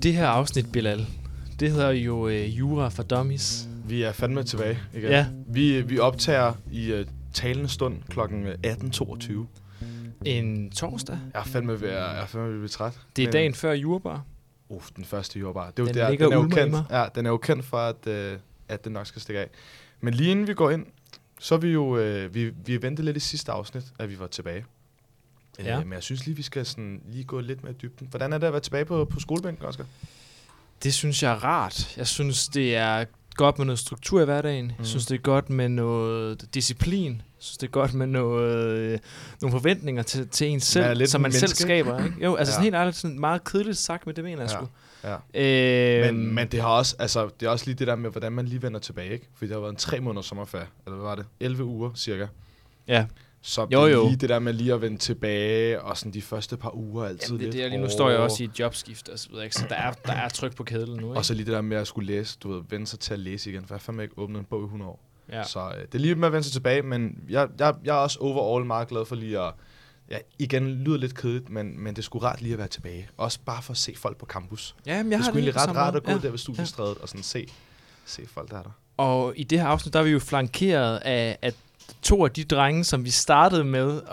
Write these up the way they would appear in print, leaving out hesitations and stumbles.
Det her afsnit, Bilal, det hedder jo Jura for Dummies. Vi er fandme tilbage igen. Ja. Vi optager i talende stund kl. 18.22. En torsdag. Jeg er fandme ved at blive træt. Det er dagen før Jurabar. Den første Jurabar. Det er Den jo ligger den er jo ulmer i kendt. mig. Ja, den er jo kendt for, at den nok skal stikke af. Men lige inden vi går ind, så er vi jo... vi ventede lidt i sidste afsnit, at vi var tilbage. Ja. Men jeg synes lige, vi skal sådan, lige gå lidt mere i dybden. Hvordan er det at være tilbage på skolebænken, Oscar? Det synes jeg er rart. Jeg synes, det er godt med noget struktur i hverdagen. Jeg synes, det er godt med noget disciplin. Jeg synes, det er godt med nogle forventninger til en selv, som man selv skaber. Ikke? Jo, altså sådan helt ærligt, sådan meget kedeligt sagt, men det mener jeg sgu. Ja. Men det har også, altså, det er også lige det der med, hvordan man lige vender tilbage, ikke? Fordi det har været en 3 måneders sommerferie, eller hvad var det? 11 uger cirka. Ja. Så jo. Lige det der med lige at vende tilbage, og sådan de første par uger altid lidt. Det er lige nu står jeg også i et jobskift og så videre, ikke? Så der er tryk på kedlen nu, ikke? Og så lige det der med at skulle læse, du ved, vende sig til at læse igen, for jeg har fandme ikke åbnet en bog i 100 år. Ja. Så det er lige med at vende sig tilbage, men jeg er også overall meget glad for lige at, igen lyder lidt kedeligt, men det er sgu rart lige at være tilbage. Også bare for at se folk på campus. Ja, det er sgu egentlig ret rart at gå der ved studiestrædet og sådan se folk, der er der. Og i det her afsnit, der er vi jo flankeret af, at 2 af de drenge, som vi startede med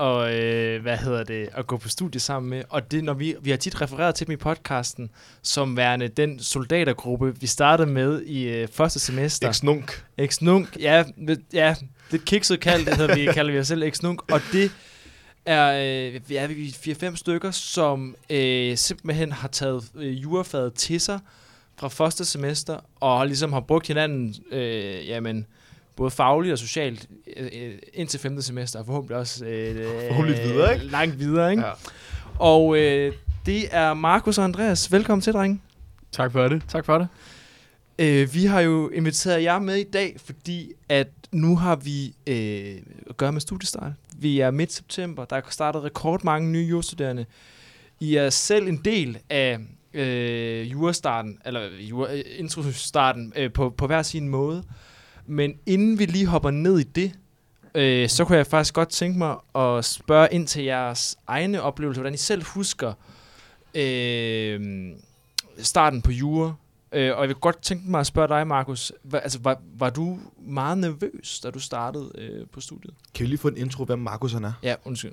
at gå på studie sammen med, og det, når vi har tit refereret til dem i podcasten, som værende den soldatergruppe, vi startede med i første semester. Ex-Nunk, ja, lidt kikset kalder vi os selv Ex-Nunk, og det er vi 4-5 stykker, som simpelthen har taget jurafaget til sig fra første semester, og ligesom har brugt hinanden, både fagligt og socialt indtil 5. semester, og forhåbentlig også videre, ikke? Langt videre. Ikke? Ja. Og det er Markus og Andreas. Velkommen til, drenge. Tak for det. Vi har jo inviteret jer med i dag, fordi at nu har vi at gøre med studiestart. Vi er midt september, der er startet rekordmange nye jurastuderende. I er selv en del af jurastarten, eller introstarten på hver sin måde. Men inden vi lige hopper ned i det, så kunne jeg faktisk godt tænke mig at spørge ind til jeres egne oplevelser, hvordan I selv husker starten på jura. Og jeg vil godt tænke mig at spørge dig, Markus, var du meget nervøs, da du startede på studiet? Kan vi lige få en intro, hvem Markus han er? Ja, undskyld.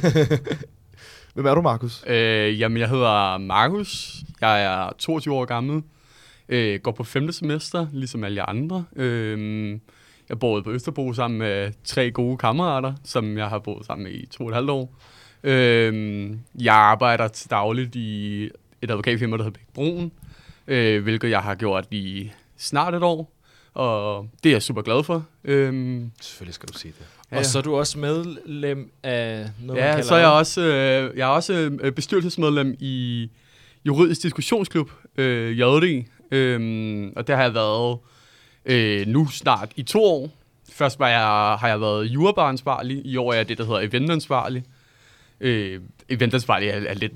Hvem er du, Markus? Jamen, jeg hedder Markus. Jeg er 22 år gammel. Går på 5. semester, ligesom alle andre. Jeg boede på Østerbro sammen med 3 gode kammerater, som jeg har boet sammen med i 2,5 år. Jeg arbejder til dagligt i et advokatfirma, der hedder Bæk Broen, hvilket jeg har gjort i snart 1 år, og det er jeg super glad for. Selvfølgelig skal du sige det. Ja. Og så er du også medlem af noget, ja, så er jeg også bestyrelsesmedlem i Juridisk Diskussionsklub, JD. Og det har jeg været nu snart i 2 år. Først har jeg været jurabaransvarlig. I år er jeg det, der hedder eventansvarlig. Eventansvarlig er lidt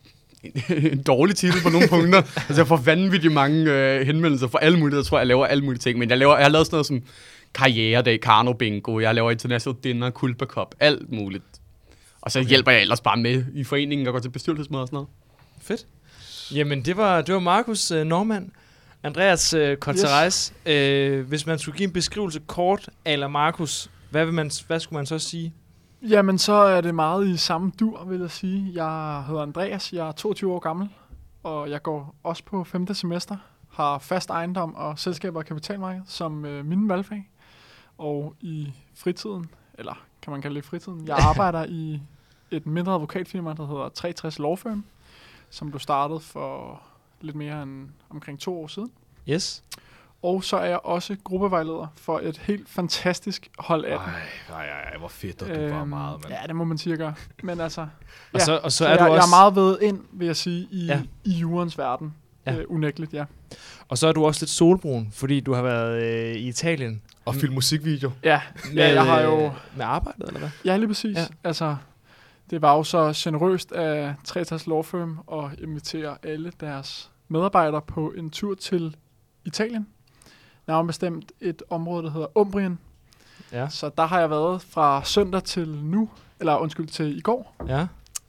en dårlig titel på nogle punkter. Altså jeg får vanvittigt mange henvendelser for alle mulige. Jeg tror, jeg laver alle mulige ting. Men jeg har lavet sådan noget som karrieredag, Karno Bingo. Jeg laver International Dinner, Kulpa Cup, alt muligt. Og så hjælper jeg ellers bare med i foreningen og går til bestyrelsesmøder og sådan noget. Fedt. Jamen, det var Markus Normand. Andreas Cortereis. Yes. Hvis man skulle give en beskrivelse kort eller Markus, hvad skulle man så sige? Jamen, så er det meget i samme dur, vil jeg sige. Jeg hedder Andreas, jeg er 22 år gammel, og jeg går også på 5. semester. Har fast ejendom og selskaber og kapitalmarked som mine valgfag. Og i fritiden, eller kan man kalde det fritiden, jeg arbejder i et mindre advokatfirma, der hedder 360 Law Firm, som blev startet for lidt mere end omkring 2 år siden. Yes. Og så er jeg også gruppevejleder for et helt fantastisk hold 18. Ej, hvor fedt, og du var meget, mand. Ja, det må man sige gøre. Men altså, og så er du også... Jeg er meget ved ind, vil jeg sige, i jurens verden. Ja. Unægteligt, ja. Og så er du også lidt solbrun, fordi du har været i Italien. Og filmet musikvideo. Ja, jeg har jo... Med arbejdet, eller hvad? Ja, lige præcis. Ja. Altså, det var jo så generøst af 360 Law Firm at invitere alle deres medarbejdere på en tur til Italien. Nærmere bestemt et område, der hedder Umbrien. Ja. Så der har jeg været fra søndag til nu, eller undskyld, til i går. Ja.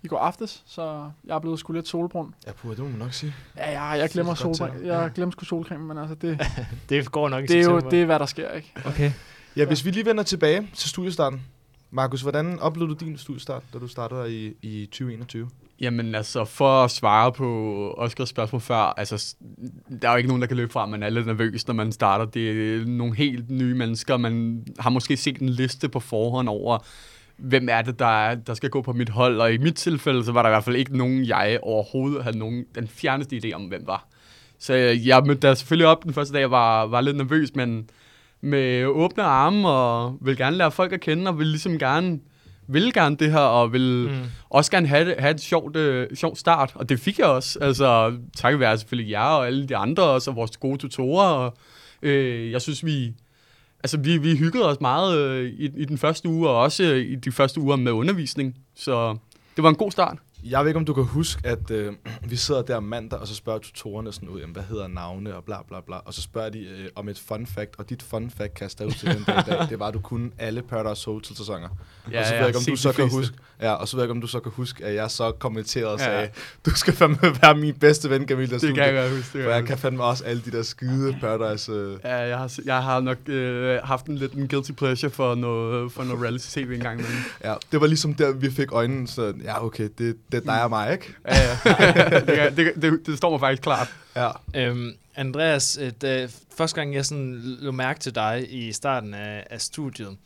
i går aftes, så jeg er blevet sgu lidt solbrun. Ja, det må man nok sige. Ja, jeg glemmer Det er godt solbrun. til. Jeg glemmer sgu solcreme, men altså det, Det går nok i det er jo september. det er, hvad der sker, ikke? Okay. Ja, hvis vi lige vender tilbage til studiestarten. Markus, hvordan oplevede du din studiestart, da du startede i 2021? Jamen altså, for at svare på Oskars spørgsmål før, altså, der er jo ikke nogen, der kan løbe fra, man er lidt nervøs, når man starter. Det er nogle helt nye mennesker. Man har måske set en liste på forhånd over, hvem er det, der skal gå på mit hold. Og i mit tilfælde, så var der i hvert fald ikke nogen, jeg overhovedet havde den fjerneste idé om, hvem var. Så jeg mødte der selvfølgelig op den første dag, jeg var lidt nervøs, men med åbne arme og vil gerne lære folk at kende, og vil ligesom gerne det her, og vil også gerne have et sjovt start. Og det fik jeg også. Altså, takket være selvfølgelig jer og alle de andre, også, og vores gode tutorer. Og, jeg synes, vi hyggede os meget i den første uge, og også i de første uger med undervisning. Så det var en god start. Jeg ved ikke, om du kan huske, at vi sidder der mandag, og så spørger tutorerne sådan ud, jamen, hvad hedder navne og bla bla bla, og så spørger de om et fun fact, og dit fun fact kaster ud til den dag, det var, at du kunne alle Paradise Hotel-sæsoner. Ja, og så ved jeg ikke, om du så kan huske, og så ved jeg ikke, om du så kan huske, at jeg så kommenterede og sagde, du skal fandme være min bedste ven, Camilla. Det kan jeg godt huske. For jeg kan fandme også alle de der skide Paradise. Ja, jeg har nok haft en guilty pleasure for noget reality-tv engang. Men Ja, det var ligesom der, vi fik øjnene, så ja, okay, det er dig og mig, ikke? ja. det står mig faktisk klart. Ja. Andreas, første gang jeg sådan lå mærke til dig i starten af studiet,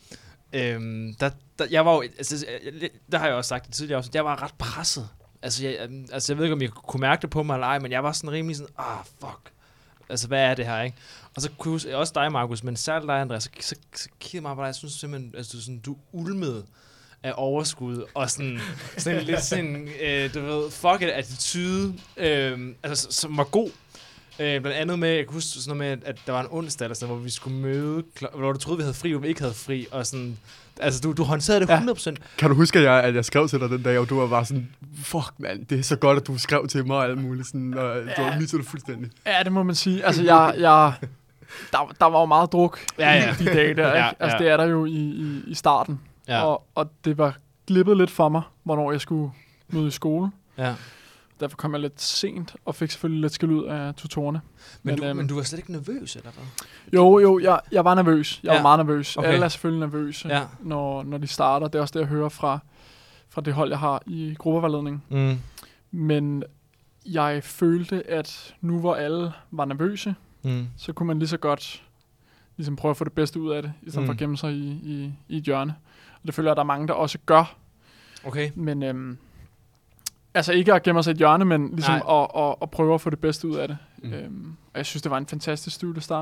jeg var jo, altså, der har jeg også sagt det tidligere også, jeg var ret presset. Altså jeg ved ikke, om jeg kunne mærke det på mig eller ej, men jeg var sådan rimelig sådan, fuck. Altså, hvad er det her, ikke? Og så kunne jeg også dig, Markus, men særligt dig, Andreas, så kiggede mig på dig, jeg synes simpelthen, altså, du ulmede af overskud, og sådan lidt sådan, du ved, fuck it attitude, altså, som var god. Blandt andet med, jeg kan huske sådan noget med, at der var en onsdag, eller sådan, hvor vi skulle møde, hvor du troede, vi havde fri, hvor vi ikke havde fri, og sådan, altså, du håndterede det 100%. Kan du huske, at jeg skrev til dig den dag, og du var bare sådan, fuck mand, det er så godt, at du skrev til mig og alt muligt, sådan, og du var misset det fuldstændig. Ja, det må man sige. Altså, der var jo meget druk i de dage der, ikke? Altså, det er der jo i starten. Ja. Og det var glippet lidt for mig, hvornår jeg skulle møde i skole. Ja. Derfor kom jeg lidt sent, og fik selvfølgelig lidt skæld ud af tutorerne. Men du var slet ikke nervøs, eller hvad? Jo, jeg var nervøs. Jeg var meget nervøs. Okay. Alle er selvfølgelig nervøse, når de starter. Det er også det, jeg hører fra det hold, jeg har i gruppevejledning. Men jeg følte, at nu hvor alle var nervøse, så kunne man lige så godt ligesom prøve at få det bedste ud af det, i stedet for at gemme sig i et hjørne. Og det føler jeg, at der er mange, der også gør. Okay. Men altså ikke at gemme sig i et hjørne, men ligesom at prøve at få det bedste ud af det. Og jeg synes, det var en fantastisk studiestart.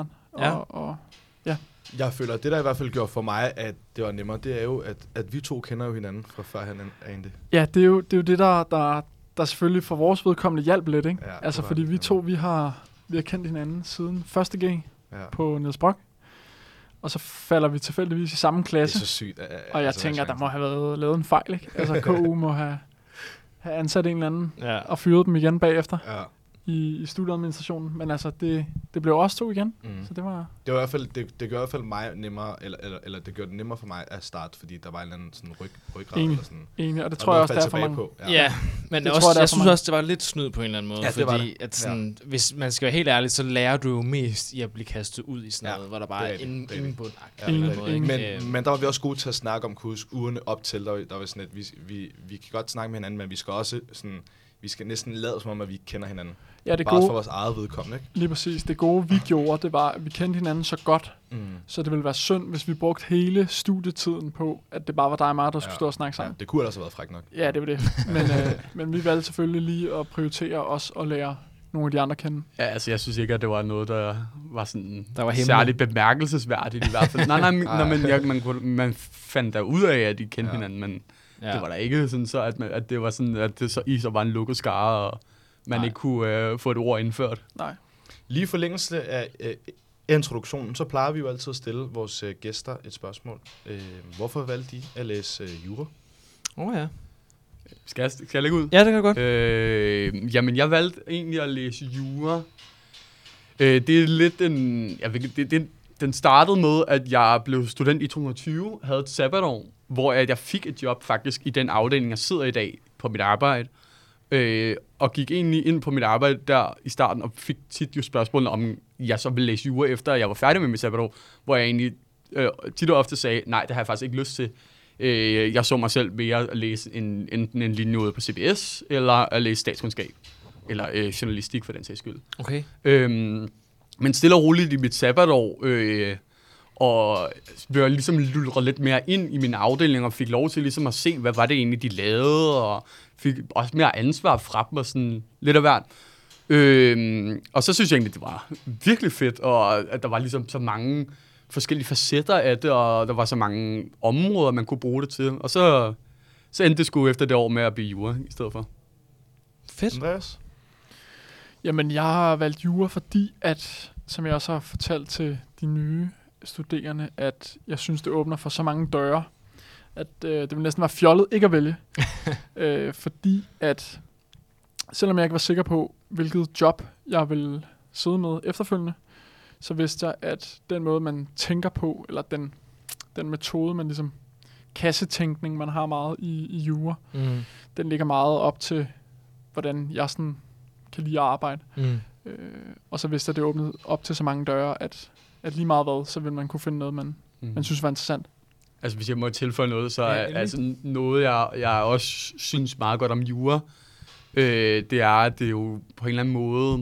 Ja. Jeg føler, at det der i hvert fald gjorde for mig, at det var nemmere, det er jo, at vi to kender jo hinanden fra før han er det. Ja, det er jo det, der selvfølgelig for vores vedkommende hjælp lidt, ikke? Ja, altså fordi vi to, vi har kendt hinanden siden 1. G på Niels Brock. Og så falder vi tilfældigvis i samme klasse. Det er så sygt. Og jeg tænker, der må have været lavet en fejl, ikke? Altså KU må have ansat en eller anden og fyret dem igen bagefter i studieadministrationen. Men altså, det blev også to igen. Så det var i hvert fald, det gør i hvert fald mig nemmere, eller det gør det nemmere for mig at starte, fordi der var en eller anden sådan ryggrad. Eller sådan. Enig, og det tror jeg også, der er for mange. Ja, men det også, jeg synes også, det var lidt snyd på en eller anden måde. Ja, fordi at sådan, hvis man skal være helt ærlig, så lærer du jo mest i at blive kastet ud i sådan noget, hvor der bare er ingen bund. Men der var vi også gode til at snakke om ugerne op til, der var sådan, at vi kan godt snakke med hinanden, men vi skal også sådan, vi skal næsten lade som om, at vi kender hinanden. Ja, det bare gode, for vores eget vedkommende, ikke? Lige præcis. Det gode, vi gjorde, det var, at vi kendte hinanden så godt, så det ville være synd, hvis vi brugte hele studietiden på, at det bare var dig og mig, der skulle stå og snakke sammen. Ja, det kunne ellers have været frækt nok. Ja, det var det. Men vi valgte selvfølgelig lige at prioritere os og lære nogle af de andre kende. Ja, altså jeg synes ikke, at det var noget, der var sådan særligt bemærkelsesværdigt i hvert fald. Nej, man fandt der ud af, at de kendte hinanden, men det var da ikke sådan så, at det var sådan, at det så var en lukket skare, og man ikke kunne få et ord indført. Nej. Lige i forlængelse af introduktionen, så plejer vi jo altid at stille vores gæster et spørgsmål. Hvorfor valgte de at læse jura? Ja. Skal jeg lægge ud? Ja, det kan godt. Jamen, jeg valgte egentlig at læse jura. Det er lidt den startede med, at jeg blev student i 2020, havde et sabbatår, hvor jeg fik et job faktisk i den afdeling, jeg sidder i dag, på mit arbejde. Og gik egentlig ind på mit arbejde der i starten, og fik tit jo spørgsmål om, jeg så ville læse jura efter, jeg var færdig med mit sabbatår, hvor jeg egentlig tit og ofte sagde, nej, det har jeg faktisk ikke lyst til. Jeg så mig selv mere at læse enten en linje ude på CBS, eller at læse statskundskab, eller journalistik for den sags skyld. Okay. Men stille og roligt i mit sabbatår, og blev ligesom lulret lidt mere ind i min afdeling, og fik lov til ligesom at se, hvad var det egentlig, de lavede, og fik også mere ansvar fra dem, og sådan lidt af hvert. Og så synes jeg egentlig, det var virkelig fedt, og at der var ligesom så mange forskellige facetter af det, og der var så mange områder, man kunne bruge det til. Og så endte det sgu efter det år med at blive jura i stedet for. Fedt. Andreas? Jamen, jeg har valgt jura, fordi at, som jeg også har fortalt til de nye studerende, at jeg synes, det åbner for så mange døre, at det vil næsten være fjollet ikke at vælge. Fordi at, selvom jeg ikke var sikker på, hvilket job jeg ville sidde med efterfølgende, så vidste jeg, at den måde, man tænker på, eller den metode, man ligesom, kassetænkning, man har meget i jura, den ligger meget op til, hvordan jeg sådan kan lide at arbejde. Og så vidste jeg, det åbnede op til så mange døre, at lige meget hvad, så vil man kunne finde noget, man synes var interessant. Altså, hvis jeg må tilføje noget, så er altså noget, jeg også synes meget godt om jura, det er, at det er jo på en eller anden måde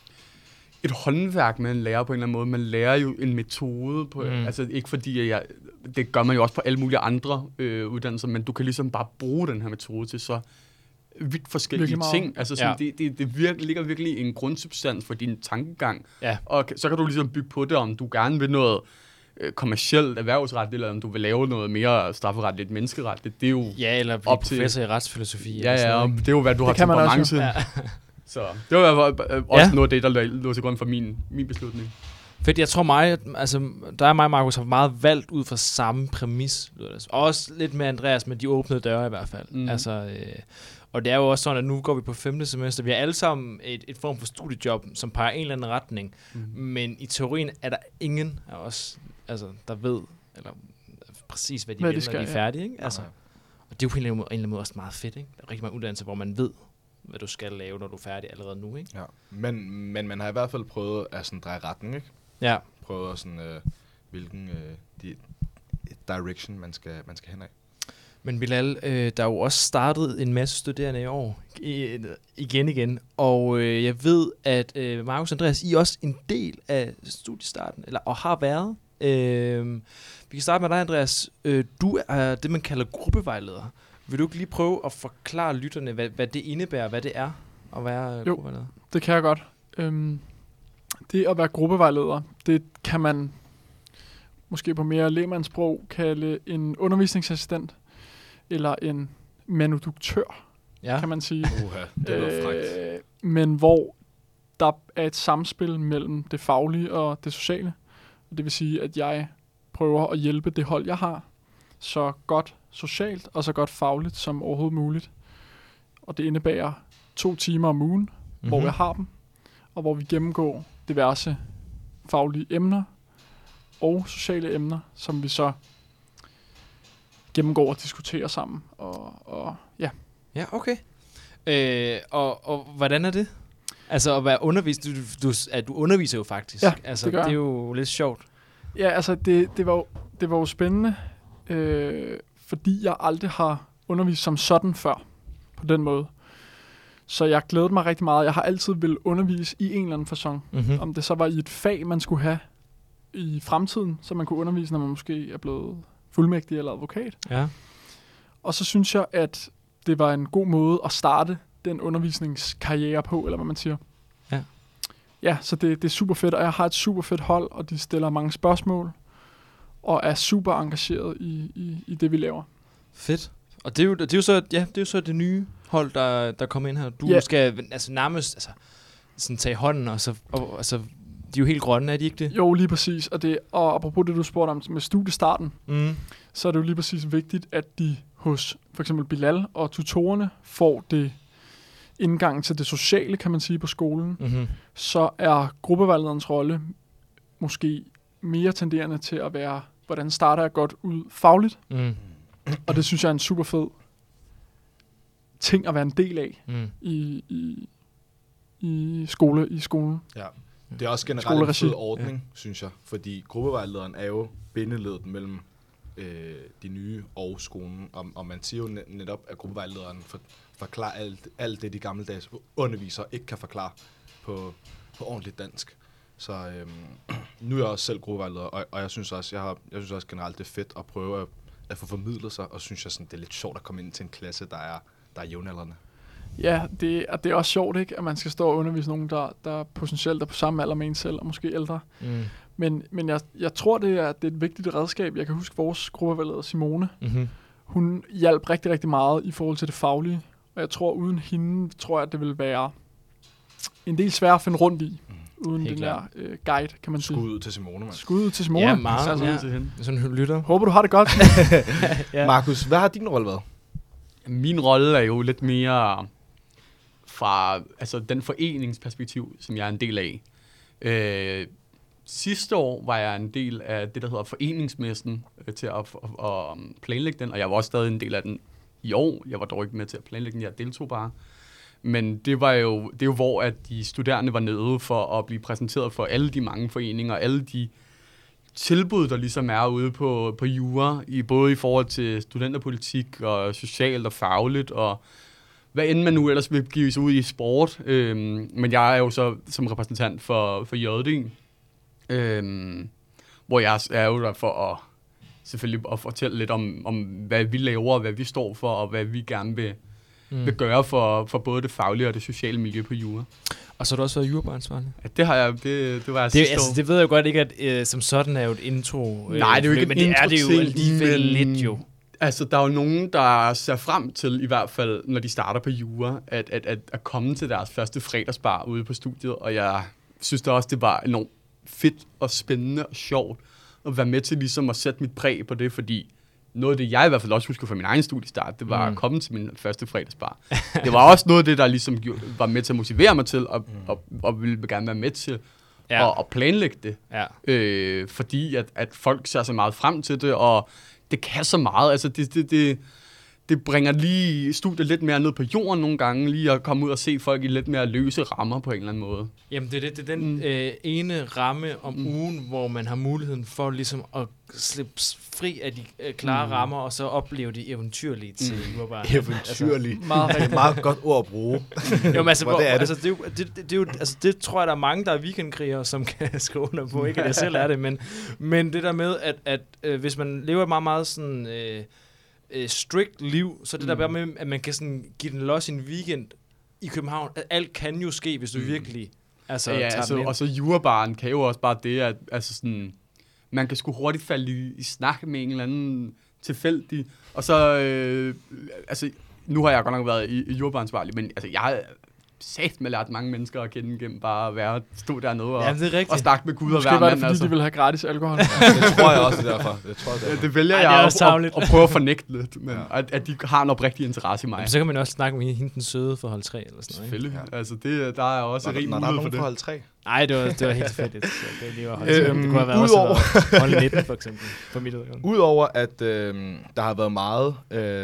et håndværk, man lærer på en eller anden måde. Man lærer jo en metode på, altså ikke fordi, det gør man jo også på alle mulige andre uddannelser, men du kan ligesom bare bruge den her metode til så vidt forskellige ting. Altså sådan, det ligger virkelig en grundsubstans for din tankegang. Ja. Og så kan du ligesom bygge på det, om du gerne vil noget kommercielt erhvervsret, eller om du vil lave noget mere strafferetligt, menneskeretligt. Det er jo eller blive professor i retsfilosofi. Ja, og det er jo, hvad du har temperament til. Ja. Så det var også noget af det, der lå til grund for min beslutning. Fedt, jeg tror der er mig og Markus har meget valgt ud fra samme præmis. Også lidt med Andreas, med de åbnede døre i hvert fald. Og det er jo også sådan, at nu går vi på 5. semester. Vi har alle sammen et form for studiejob, som peger en eller anden retning. Men i teorien er der ingen af os, der ved, eller præcis hvad de vil, når de er færdige. Ikke? Altså, og det er jo på en eller anden måde også meget fedt. Ikke? Der er rigtig mange uddannelser, hvor man ved, hvad du skal lave, når du er færdig allerede nu. Ikke? Ja. Men man har i hvert fald prøvet at sådan dreje retning, ikke? Ja. Prøvet sådan, hvilken direction man skal hen af. Men Bilal, der er jo også startet en masse studerende i år, igen, og jeg ved, at Markus og Andreas, I er også en del af studiestarten, og har været. Vi kan starte med dig, Andreas. Du er det, man kalder gruppevejleder. Vil du ikke lige prøve at forklare lytterne, hvad det indebærer, hvad det er at være gruppevejleder? Det kan jeg godt. Det at være gruppevejleder, det kan man måske på mere lægmandssprog kalde en undervisningsassistent, eller en manuduktør, kan man sige. Det er frækt. Men hvor der er et samspil mellem det faglige og det sociale. Det vil sige, at jeg prøver at hjælpe det hold, jeg har, så godt socialt og så godt fagligt som overhovedet muligt. Og det indebærer 2 timer om ugen, hvor jeg har dem, og hvor vi gennemgår diverse faglige emner og sociale emner, som vi så gennemgår og diskuterer sammen. Ja, okay. Og hvordan er det? Altså at være undervist, du underviser jo faktisk. Ja, altså, det gør det er jo lidt sjovt. Ja, altså det var jo spændende, fordi jeg aldrig har undervist som sådan før, på den måde. Så jeg glædede mig rigtig meget. Jeg har altid ville undervise i en eller anden facon. Om det så var i et fag, man skulle have i fremtiden, så man kunne undervise, når man måske er blevet fuldmægtig eller advokat. Ja. Og så synes jeg, at det var en god måde at starte den undervisningskarriere på, eller hvad man siger. Ja. Ja, så det er super fedt, og jeg har et super fedt hold, og de stiller mange spørgsmål, og er super engageret i det, vi laver. Fedt. Og det er jo så det nye hold, der kommer ind her. Du skal nærmest sådan tage hånden, og så de er jo helt grønne, er de ikke det? Jo, lige præcis. Og apropos det, du spurgte om med studiestarten, så er det jo lige præcis vigtigt, at de hos for eksempel Bilal og tutorerne får det indgang til det sociale, kan man sige, på skolen. Så er gruppevejlederens rolle måske mere tenderende til at være, hvordan starter jeg godt ud fagligt. Og det synes jeg er en super fed ting at være en del af i skolen. Ja. Det er også generelt en fed ordning, synes jeg. Fordi gruppevejlederen er jo bindeledet mellem de nye og skolen. Og man siger jo netop, at gruppevejlederen forklarer alt det, de gammeldags undervisere ikke kan forklare på ordentligt dansk. Så nu er jeg også selv gruppevejleder, og jeg synes også generelt, det er fedt at prøve at få formidlet sig, og synes jeg sådan, det er lidt sjovt at komme ind til en klasse, der er jævnaldrende. Ja, det er også sjovt, ikke, at man skal stå og undervise nogen, der potentielt er på samme alder med en selv, og måske ældre. Men jeg tror, det er et vigtigt redskab. Jeg kan huske vores gruppevejleder Simone. Hun hjalp rigtig, rigtig meget i forhold til det faglige. Og jeg tror, uden hende, at det ville være en del svært at finde rundt i. Uden den der guide, kan man sige. Skud ud til Simone, mand. Skud ud til Simone. Ja, meget. Ja. Sådan en lytter. Håber, du har det godt. Ja. Markus, hvad har din rolle været? Min rolle er jo lidt mere fra den foreningsperspektiv, som jeg er en del af. Sidste år var jeg en del af det, der hedder foreningsmessen, til at planlægge den, og jeg var også stadig en del af den i år. Jeg var dog ikke med til at planlægge den, jeg deltog bare. Men det er jo hvor at de studerende var nede for at blive præsenteret for alle de mange foreninger, alle de tilbud, der ligesom er ude på jura, både i forhold til studenterpolitik og socialt og fagligt, og hvad end man nu ellers vil give sig ud i sport. Men jeg er jo så som repræsentant for JD, hvor jeg er jo der for selvfølgelig at fortælle lidt om, hvad vi laver, hvad vi står for, og hvad vi gerne vil gøre for både det faglige og det sociale miljø på jura. Og så har du også været jurabansvarlig? Ja, det har jeg. Det var jeg sidste år. Det ved jeg jo godt ikke, at som sådan er jo et intro. Nej, det er jo ikke men det er det jo alligevel lidt jo. Altså, der er jo nogen, der ser frem til, i hvert fald, når de starter på jura, at komme til deres første fredagsbar ude på studiet, og jeg synes da også, det var enormt fedt og spændende og sjovt at være med til ligesom at sætte mit præg på det, fordi noget af det, jeg i hvert fald også husker fra min egen studiestart, det var at komme til min første fredagsbar. Det var også noget af det, der ligesom var med til at motivere mig til, og ville gerne være med til at planlægge det. Ja. Fordi at folk ser så meget frem til det, og det kan så meget. Altså det bringer lige studiet lidt mere ned på jorden nogle gange, lige at komme ud og se folk i lidt mere løse rammer på en eller anden måde. Jamen det er den ene ramme om ugen, hvor man har muligheden for ligesom at slippe fri af de klare rammer, og så opleve det eventyrlige til jurabarn. Eventyrligt. Altså, meget godt ord at bruge. Jo, men det tror jeg, der er mange, der er weekendkrigere, som kan skrive under på. Ikke at jeg selv er det, men det der med, at hvis man lever meget, meget sådan strict liv, så det der bare med, at man kan sådan give den los i en weekend i København. Alt kan jo ske, hvis du virkelig tager den ind. Og så jurabaren kan jo også bare det, at sådan, man kan sgu hurtigt falde i snak med en eller anden tilfældig, og så nu har jeg godt nok været i jurabaransvarlig, men jeg har sagt med lært mange mennesker at kende gennem bare at stå dernede og snakke med Gud og hver mand. Måske var det, fordi de vil have gratis alkohol. Det tror jeg også derfor. Det vælger jeg at prøve at fornægte lidt, men at de har en oprigtig interesse i mig. Jamen, så kan man også snakke med hende den søde for hold 3 eller sådan noget. Selvfølgelig. Ja. Altså, der er også rig mulighed for det. For hold 3? Nej, det var helt tilfældigt. Det kunne have været også hold 19 for eksempel. For mit udgang. Udover at der har været meget...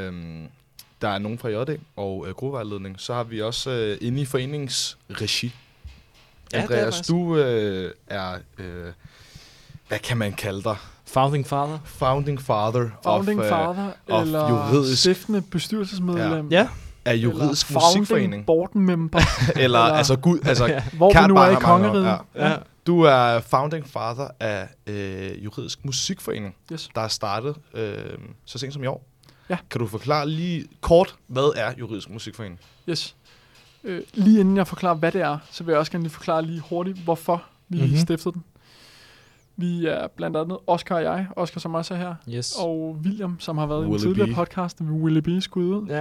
der er nogen fra JD og gruppevejledning, så har vi også inde i foreningsregi. Ja, Andreas, du er, hvad kan man kalde dig? Founding father. Founding father, eller juridisk, stiftende bestyrelsesmedlem. Ja. Af juridisk musikforening. Board member. eller hvor vi nu er i kongeriget. Ja. Du er founding father af juridisk musikforening, der er startet så sent som i år. Ja. Kan du forklare lige kort, hvad er juridisk musikforening? Yes. Lige inden jeg forklarer, hvad det er, så vil jeg også gerne lige forklare lige hurtigt, hvorfor vi stiftede den. Vi er blandt andet Oscar og jeg, Oscar som også er her, og William, som har været i en tidligere podcast, med Willy B. skud ud,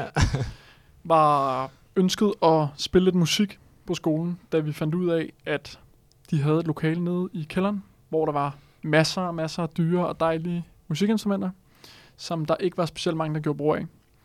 var ønsket at spille lidt musik på skolen, da vi fandt ud af, at de havde et lokale nede i kælderen, hvor der var masser af dyre og dejlige musikinstrumenter, som der ikke var specielt mange, der gjorde brug af.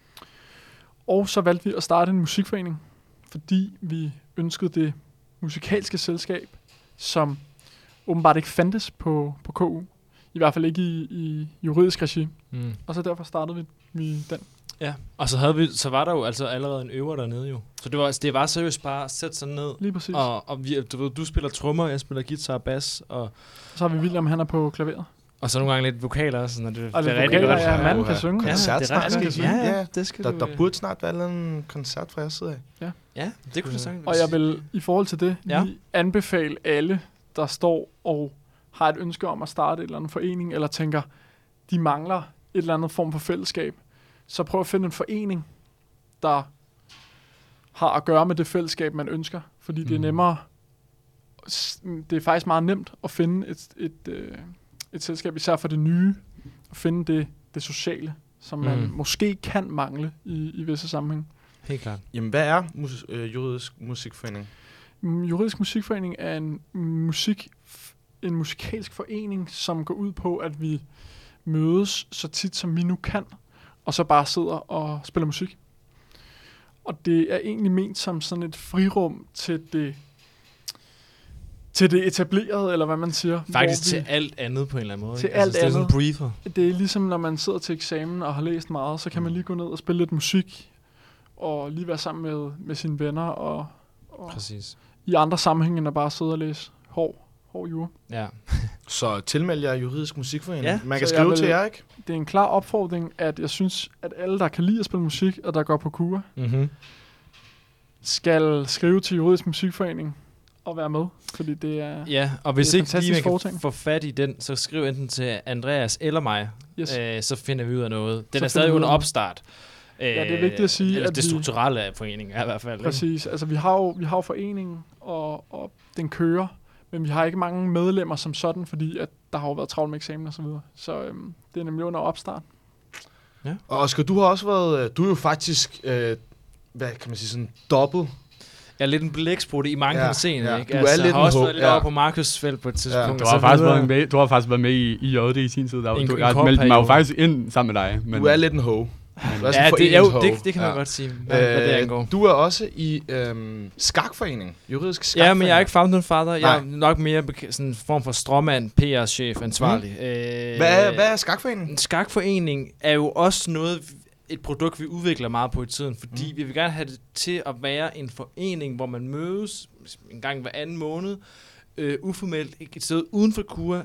Og så valgte vi at starte en musikforening, fordi vi ønskede det musikalske selskab, som åbenbart ikke fandtes på KU. I hvert fald ikke i juridisk regi. Og så derfor startede vi den. Ja, og så var der jo altså allerede en øver dernede jo. Så det var seriøst bare at sætte sig ned. Lige præcis. Og du spiller trommer, jeg spiller guitar og bass. Og så har vi William, han er på klaveret. Og så nogle gange lidt vokaler også, når det og er rigtig godt. Ja, manden kan synge. Koncert ja, det er ret ja, det skal der burde snart være en koncert fra jeres side af. Ja, det kunne du sagtens. Og jeg vil i forhold til det lige anbefale alle, der står og har et ønske om at starte et eller andet forening, eller tænker, de mangler et eller andet form for fællesskab, så prøv at finde en forening, der har at gøre med det fællesskab, man ønsker. Fordi det er nemmere, det er faktisk meget nemt at finde et selskab, især for det nye, at finde det sociale, som man måske kan mangle i visse sammenhæng. Helt klart. Jamen, hvad er Juridisk Musikforening? Juridisk Musikforening er en musikalsk forening, som går ud på, at vi mødes så tit, som vi nu kan, og så bare sidder og spiller musik. Og det er egentlig ment som sådan et frirum til det etablerede, eller hvad man siger. Faktisk til alt andet på en eller anden måde. Til alt andet. Det er sådan en briefer. Det er ligesom, når man sidder til eksamen og har læst meget, så kan man lige gå ned og spille lidt musik, og lige være sammen med sine venner, og præcis. I andre sammenhænge, end at bare sidde og læse hård jura. Ja. Så tilmeld jer Juridisk Musikforening. Ja. Man kan skrive til jer, ikke? Det er en klar opfordring, at jeg synes, at alle, der kan lide at spille musik, og der går på KUA, skal skrive til Juridisk Musikforening og være med, fordi det er og hvis ikke lige man kan få fat i den, så skriv enten til Andreas eller mig, så finder vi ud af noget. Den så er stadig under opstart. Ja, det er vigtigt at sige, eller at det strukturelle af foreningen er i hvert fald. Præcis. Altså, vi har jo foreningen, og den kører, men vi har ikke mange medlemmer som sådan, fordi at der har jo været travlt med eksamen og så videre. Så det er nemlig under opstart. Ja. Og Oscar, du har også været, du er jo faktisk, hvad kan man sige, sådan dobbelt. Jeg er lidt en blæksprutte i mange henseender, ikke? Du er lidt har også været lidt over på Markus Felt på et tidspunkt. Du har faktisk været med i JD i sin tid. Jeg meldte mig jo faktisk ind sammen med dig. Men du er lidt en ho. Ja, det kan man godt sige, hvad det angår. Du er også i skakforening, Juridisk Skakforening. Ja, men jeg er ikke founding father. Jeg er nok mere sådan en form for stråmand, PR-chef, ansvarlig. Hvad er skakforening? En skakforening er jo også et produkt, vi udvikler meget på i tiden, fordi vi vil gerne have det til at være en forening, hvor man mødes en gang hver anden måned, uformelt, et sted uden for KUA.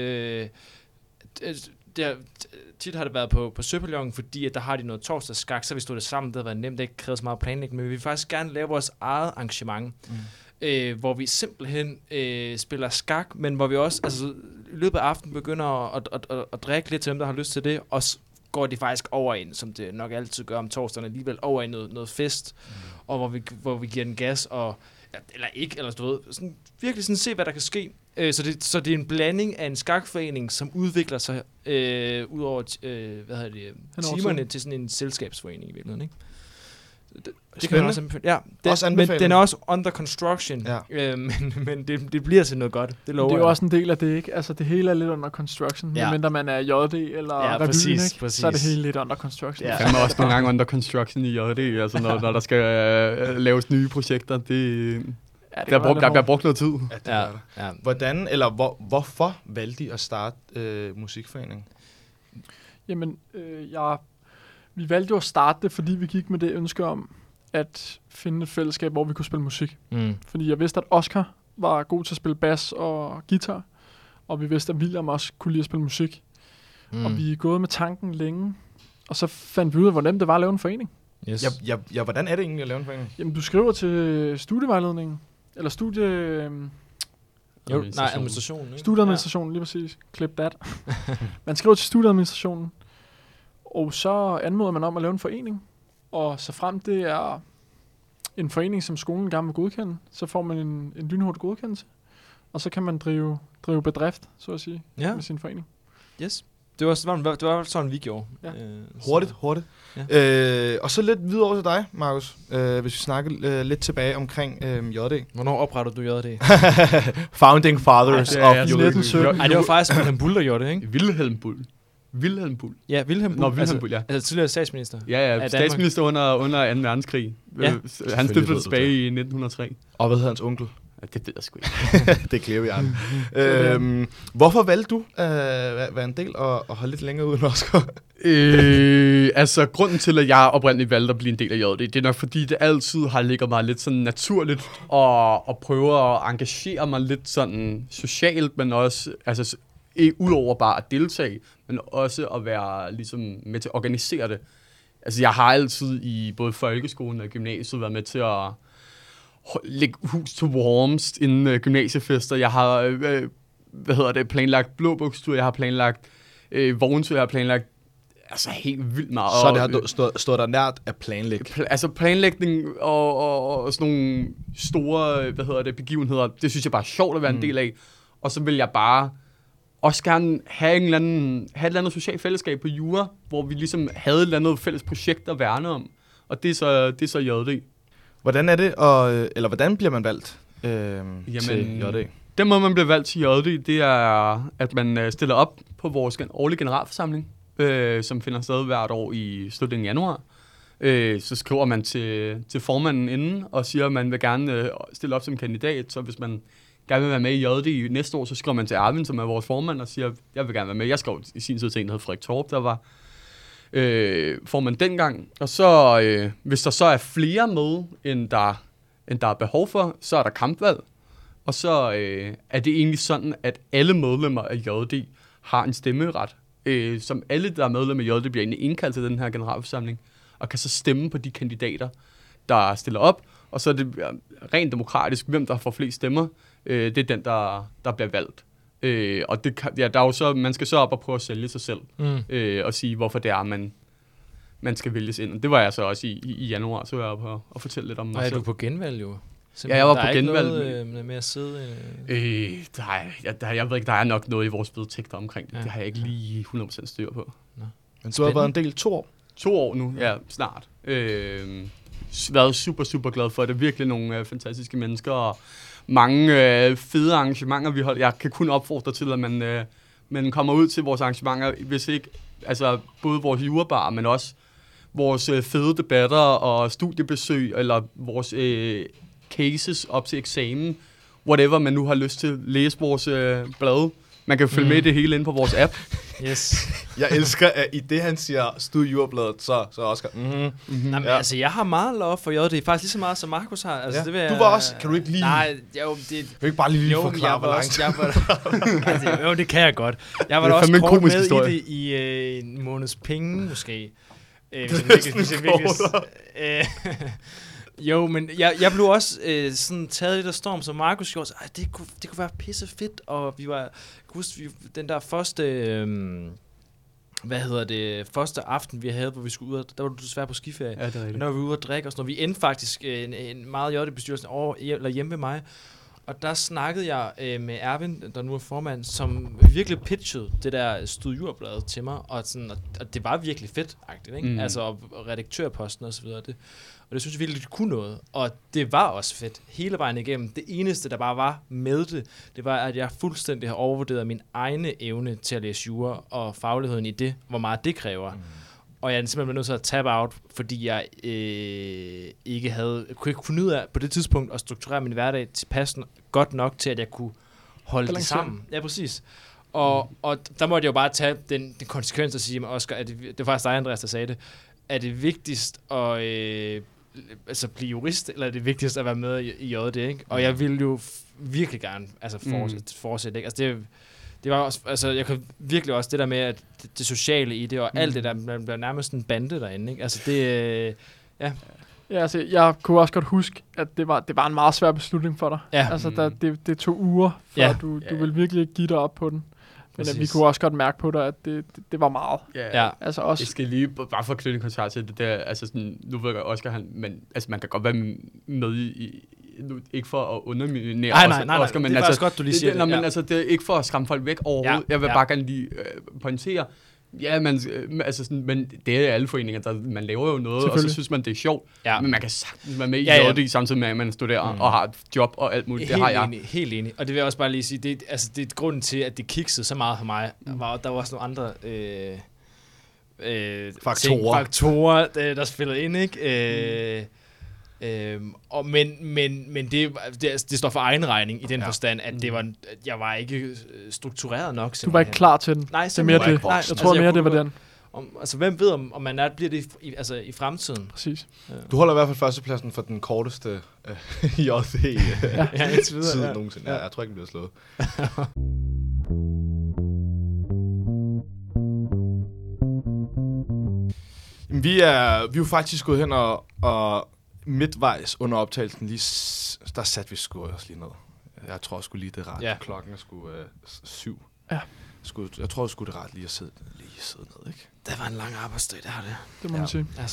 Tit har det været på Søpavillon, fordi at der har de noget torsdagsskak, så vi stod det sammen, det har været nemt, det ikke krævet så meget planlægning, men vi vil faktisk gerne lave vores eget arrangement, hvor vi simpelthen spiller skak, men hvor vi også i løbet af aftenen begynder at drikke lidt til dem, der har lyst til det, og går de faktisk over ind, som det nok altid gør om torsdagen, alligevel over i noget fest, og hvor vi giver den gas, eller ikke, eller du ved, sådan, virkelig sådan se, hvad der kan ske. Så det er en blanding af en skakforening, som udvikler sig ud over timerne til sådan en selskabsforening i virkeligheden, ikke? Det kan man også anbefale. Men den er også under construction, men det bliver til noget godt. Det lover det er jo også en del af det, ikke? Altså det hele er lidt under construction, medmindre man er JD eller revyen, ikke? Præcis. Så er det hele lidt under construction. Ja. Det er også nogle gange under construction i JD, altså når der skal laves nye projekter, der bliver brugt noget tid. Ja. Hvordan, eller hvorfor valgte I at starte musikforeningen? Jamen, vi valgte jo at starte det, fordi vi gik med det ønske om at finde et fællesskab, hvor vi kunne spille musik. Fordi jeg vidste, at Oscar var god til at spille bas og guitar, og vi vidste, at William også kunne lide at spille musik. Og vi er gået med tanken længe, og så fandt vi ud af, hvor nemt det var at lave en forening. Yes. Hvordan er det egentlig at lave en forening? Jamen, du skriver til studievejledningen, eller administrationen. Studieadministrationen, lige præcis. Clip that. Man skriver til studieadministrationen, og så anmoder man om at lave en forening. Og så frem det er en forening, som skolen gerne vil godkende, så får man en lynhurtig godkendelse. Og så kan man drive bedrift, så at sige, med sin forening. Yes. Det var sådan, vi gjorde. Ja. Hurtigt. Ja. Og så lidt videre over til dig, Markus. Hvis vi snakker lidt tilbage omkring JD. Hvornår oprettede du JD? Founding Fathers of JD. Ej, det var faktisk Wilhelm Bull, der gjorde det, ikke? Wilhelm Bull. Ja, Wilhelm Bull, ja. Altså tidligere statsminister. Ja, statsminister under 2. verdenskrig. Ja. Han stiftede det tilbage i 1903. Og hvad hedder hans onkel? Ja, det ved jeg sgu ikke. Det klæver jeg. Hvorfor valgte du at være en del og holde lidt længere uden Oscar? Altså, grunden til, at jeg oprindeligt valgte at blive en del af JD, det er nok fordi, det altid har ligget mig lidt sådan naturligt at prøve at engagere mig lidt sådan socialt, men også, altså, udover bare at deltage, men også at være ligesom med til at organisere det. Altså, jeg har altid i både folkeskolen og gymnasiet været med til at lægge hus til warms inden gymnasiefester. Jeg har, planlagt blåbukstur, jeg har planlagt vogntur, jeg har planlagt altså helt vildt meget. Så det har stået der nært at planlægge? Altså planlægning og sådan nogle store, begivenheder, det synes jeg bare er sjovt at være en del af. Og så vil jeg bare også gerne have et eller andet socialt fællesskab på Jura, hvor vi ligesom havde et eller andet fælles projekt at værne om. Og det er så JD. Hvordan er det, eller hvordan bliver man valgt til JD? Den måde, man bliver valgt til JD, det er, at man stiller op på vores årlige generalforsamling, som finder sted hvert år i slutningen af januar. Så skriver man til formanden inden og siger, at man vil gerne stille op som kandidat. Så hvis man gerne vil være med i JD næste år, så skriver man til Arvin, som er vores formand, og siger, at jeg vil gerne være med. Jeg skrev i sin tid til en, der hed Frederik Torp, der var formand dengang. Og så, hvis der så er flere med, end der er behov for, så er der kampvalg. Og så er det egentlig sådan, at alle medlemmer af JD har en stemmeret. Som alle, der er medlemmer af JD, bliver egentlig indkaldt til den her generalforsamling, og kan så stemme på de kandidater, der stiller op. Og så er det rent demokratisk, hvem der får flest stemmer. Det er den, der bliver valgt. Og det kan, der er jo så, man skal så op og prøve at sælge sig selv, og sige, hvorfor det er, man skal vælges ind. Og det var jeg så også i januar, så var jeg oppe og fortælle lidt om mig selv. Og er du på genvalg jo? Ja, jeg var på genvalg. Der er ikke noget med at sidde... Jeg ved ikke, der er nok noget i vores vedtægter omkring det. Ja. Det har jeg ikke lige 100% styr på. Nå. Men du har været en del 2 år? 2 år nu, ja, snart. Været super, super glad for det. Virkelig nogle fantastiske mennesker, og mange fede arrangementer, vi holder. Jeg kan kun opfordre til, at man kommer ud til vores arrangementer, hvis ikke, altså både vores jurabar, men også vores fede debatter og studiebesøg, eller vores cases op til eksamen, whatever man nu har lyst til at læse vores blad. Man kan følge med i det hele inde på vores app. Yes. Jeg elsker, at i det, han siger studiejurabladet, så Oscar. Nej, men altså, jeg har meget lov for JD. Det er faktisk lige så meget, som Markus har. Altså, det vil du var også, kan du ikke lige... Nej, jo, det... Kan du ikke bare lige forklare, hvor langt? Altså, jo, det kan jeg godt. Jeg var da også kort med historie. I det i en måneds penge, måske. Jo, men jeg blev også sådan taget lidt af storm, som Markus gjorde. Så, det kunne være pisse fedt, og vi var... den der første... første aften, vi havde, hvor vi skulle ud og... Der var du desværre på skiferie. Ja, det er rigtigt. Når vi var ude og drikke og sådan noget. Vi endte faktisk en meget JD-bestyrelsen hjemme ved mig. Og der snakkede jeg med Erwin, der nu er formand, som virkelig pitchede det der studieblad til mig. Og det var virkelig fedt-agtigt, ikke? Altså, og redaktørposten og så videre. Og det synes jeg virkelig, det kunne noget. Og det var også fedt hele vejen igennem. Det eneste, der bare var med det var, at jeg fuldstændig har overvurderet min egne evne til at læse jura og fagligheden i det, hvor meget det kræver. Og jeg er simpelthen nødt til at tab out, fordi jeg ikke kunne finde ud af på det tidspunkt at strukturere min hverdag tilpas godt nok til, at jeg kunne holde det sammen. Ja, præcis. Og der måtte jeg jo bare tage den konsekvens at sige, Oscar, at det var faktisk dig, Andreas, der sagde det, er det vigtigst at blive jurist, eller er det vigtigst at være med i JD, ikke? Og jeg ville jo virkelig gerne fortsætte, ikke? Altså det var også, altså jeg kan virkelig også det der med, at det sociale i det, og alt det der, man bliver nærmest en bande derinde, ikke? Altså det, ja. Ja, altså jeg kunne også godt huske, at det var en meget svær beslutning for dig. Ja. Altså det tog uger, før du ville virkelig give dig op på den. Men vi kunne også godt mærke på dig, at det var meget. Ja. Altså også. Jeg skal lige bare for at knytte en kontakt til det der, altså sådan, nu ved jeg Oscar, men altså man kan godt være med i ikke for at underminere Oscar, men det er altså godt, du lige siger det. Men altså, det er ikke for at skræmme folk væk overhovedet. Jeg vil bare gerne lige pointere, men det er alle foreninger, man laver jo noget, og så synes man, det er sjovt. Ja. Men man kan sagtens være med i JD, samtidig med, at man studerer og har et job og alt muligt. Det har jeg. Helt enig. Og det vil jeg også bare lige sige, det er grunden til, at det kiksede så meget for mig. Der var også nogle andre faktorer, der spillede ind, ikke? Men det står for egen regning i den forstand, at jeg var ikke struktureret nok. Du var ikke klar til den. Nej, det mere det. Nej, jeg tror mere, det var den. Altså, hvem ved, om man bliver det i fremtiden? Præcis. Du holder i hvert fald førstepladsen for den korteste JD siden nogensinde. Ja, jeg tror ikke, den bliver slået. Vi er jo faktisk gået hen og midtvejs under optagelsen, der satte vi sgu også lige ned. Jeg tror sgu lige, det er ret. Ja. Klokken er sgu 7. Ja. Jeg tror sgu, det er ret lige at sidde ned, ikke? Det var en lang arbejdsdag, det har det. Det må man sige. Altså.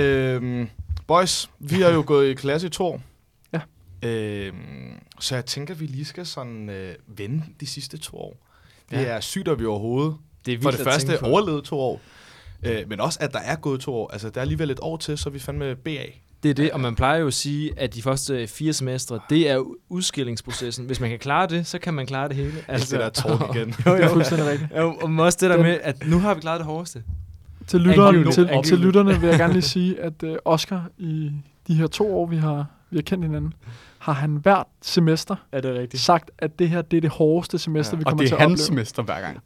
Boys, vi har jo gået i klasse i 2 år. Ja. Så jeg tænker, vi lige skal sådan vende de sidste 2 år. Det er sygt, at vi overhovedet for det første overlevede 2 år. Men også, at der er gået 2 år. Altså, der er alligevel et år til, så vi fandme BA. Det er det, og man plejer jo at sige, at de første 4 semestre, det er udskillingsprocessen. Hvis man kan klare det, så kan man klare det hele. Altså, det der talk igen. Jo, det er fuldstændig rigtigt. Og også det der med, at nu har vi klaret det hårdeste. Til lytterne vil jeg gerne lige sige, at Oscar i de her 2 år, vi har kendt hinanden, har han hvert semester sagt, at det her det er det hårdeste semester, vi kommer til at opleve. Og det er hans semester hver gang.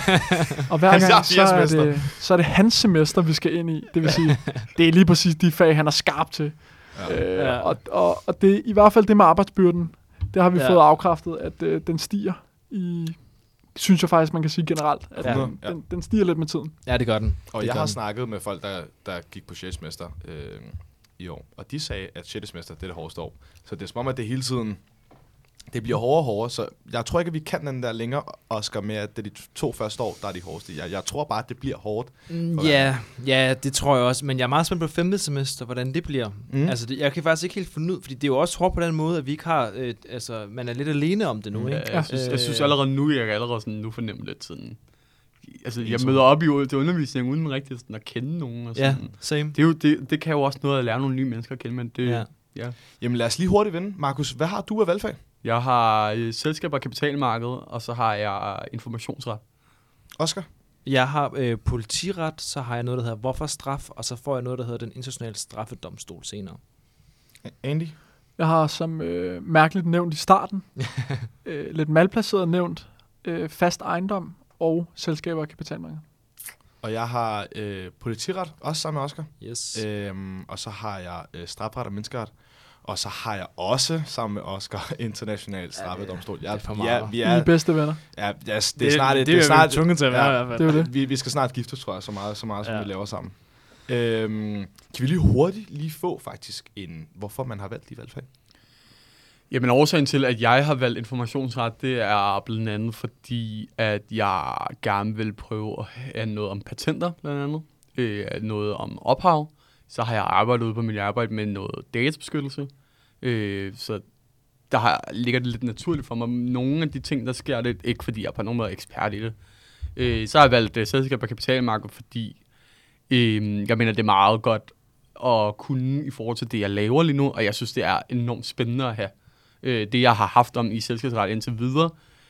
Og hver gang, så er det hans semester, vi skal ind i. Det vil sige, det er lige præcis de fag, han er skarp til. Ja. Og det i hvert fald det med arbejdsbyrden, det har vi fået afkræftet, at den stiger synes jeg faktisk, man kan sige generelt, at den stiger lidt med tiden. Ja, det gør den. Og jeg har snakket med folk, der gik på 6. semester i år, og de sagde, at 6. semester, det er det hårdeste år. Så det er som om, at det hele tiden, det bliver hårdere og hårdere, så jeg tror ikke, at vi kan den der længere, Oscar, med at det er de 2 første år, der er de hårdeste. Jeg tror bare, at det bliver hårdt. Ja, det tror jeg også, men jeg er meget spændt på 5. semester, hvordan det bliver. Altså, jeg kan faktisk ikke helt finde ud, fordi det er jo også hårdt på den måde, at vi ikke har, man er lidt alene om det nu, ikke? Jeg synes allerede nu, jeg kan allerede sådan, nu fornemme lidt sådan. Altså, jeg møder op til undervisning uden rigtig sådan at kende nogen. Og sådan. Ja, same. Det kan jo også noget at lære nogle nye mennesker at kende, men det... Ja. Jamen lad os lige hurtigt vende. Markus, hvad har du af valgfag? Jeg har selskab og kapitalmarked, og så har jeg informationsret. Oscar? Jeg har politiret, så har jeg noget, der hedder hvorfor straf, og så får jeg noget, der hedder den internationale straffedomstol senere. Andy? Jeg har som mærkeligt nævnt i starten, lidt malplaceret nævnt, fast ejendom og selskaber og kapitalmarked. Og jeg har politiret, også sammen med Oscar. Yes. Og så har jeg strafret og menneskeret. Og så har jeg også, sammen med Oscar, international straffedomstol. Vi er bedste venner. Ja, det er snart tvunget til at være i hvert fald. Vi skal snart giftes, tror jeg, så meget som vi laver sammen. Kan vi lige hurtigt få faktisk hvorfor man har valgt de valgfag? Jamen årsagen til, at jeg har valgt informationsret, det er blandt andet fordi, at jeg gerne vil prøve at have noget om patenter, blandt andet. Noget om ophav. Så har jeg arbejdet ude på mit arbejde med noget databeskyttelse. Så der ligger det lidt naturligt for mig. Nogle af de ting, der sker, det ikke fordi jeg er på nogen måde ekspert i det. Så har jeg valgt selskab og kapitalmarked, fordi jeg mener, det er meget godt at kunne i forhold til det, jeg laver lige nu. Og jeg synes, det er enormt spændende at have. Det, jeg har haft om i selskabsret indtil videre,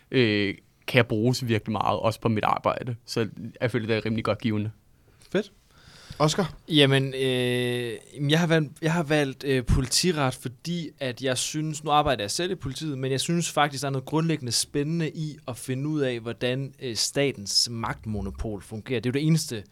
kan jeg bruges virkelig meget, også på mit arbejde. Så jeg føler, det er rimelig godt givende. Fedt. Oscar? Jamen, jeg har valgt politiret, fordi at jeg synes, nu arbejder jeg selv i politiet, men jeg synes faktisk, der er noget grundlæggende spændende i at finde ud af, hvordan statens magtmonopol fungerer. Det er jo det eneste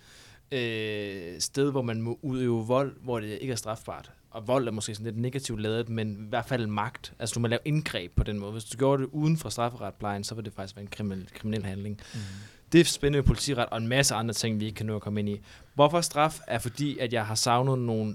sted, hvor man må udøve vold, hvor det ikke er strafbart. Og vold er måske sådan lidt negativt ladet, men i hvert fald magt. Altså, du må lave indgreb på den måde. Hvis du gjorde det uden for strafferetplejen, så vil det faktisk være en kriminel handling. Mm. Det er spændende politiret og en masse andre ting, vi ikke kan nå at komme ind i. Hvorfor straf er fordi, at jeg har savnet nogle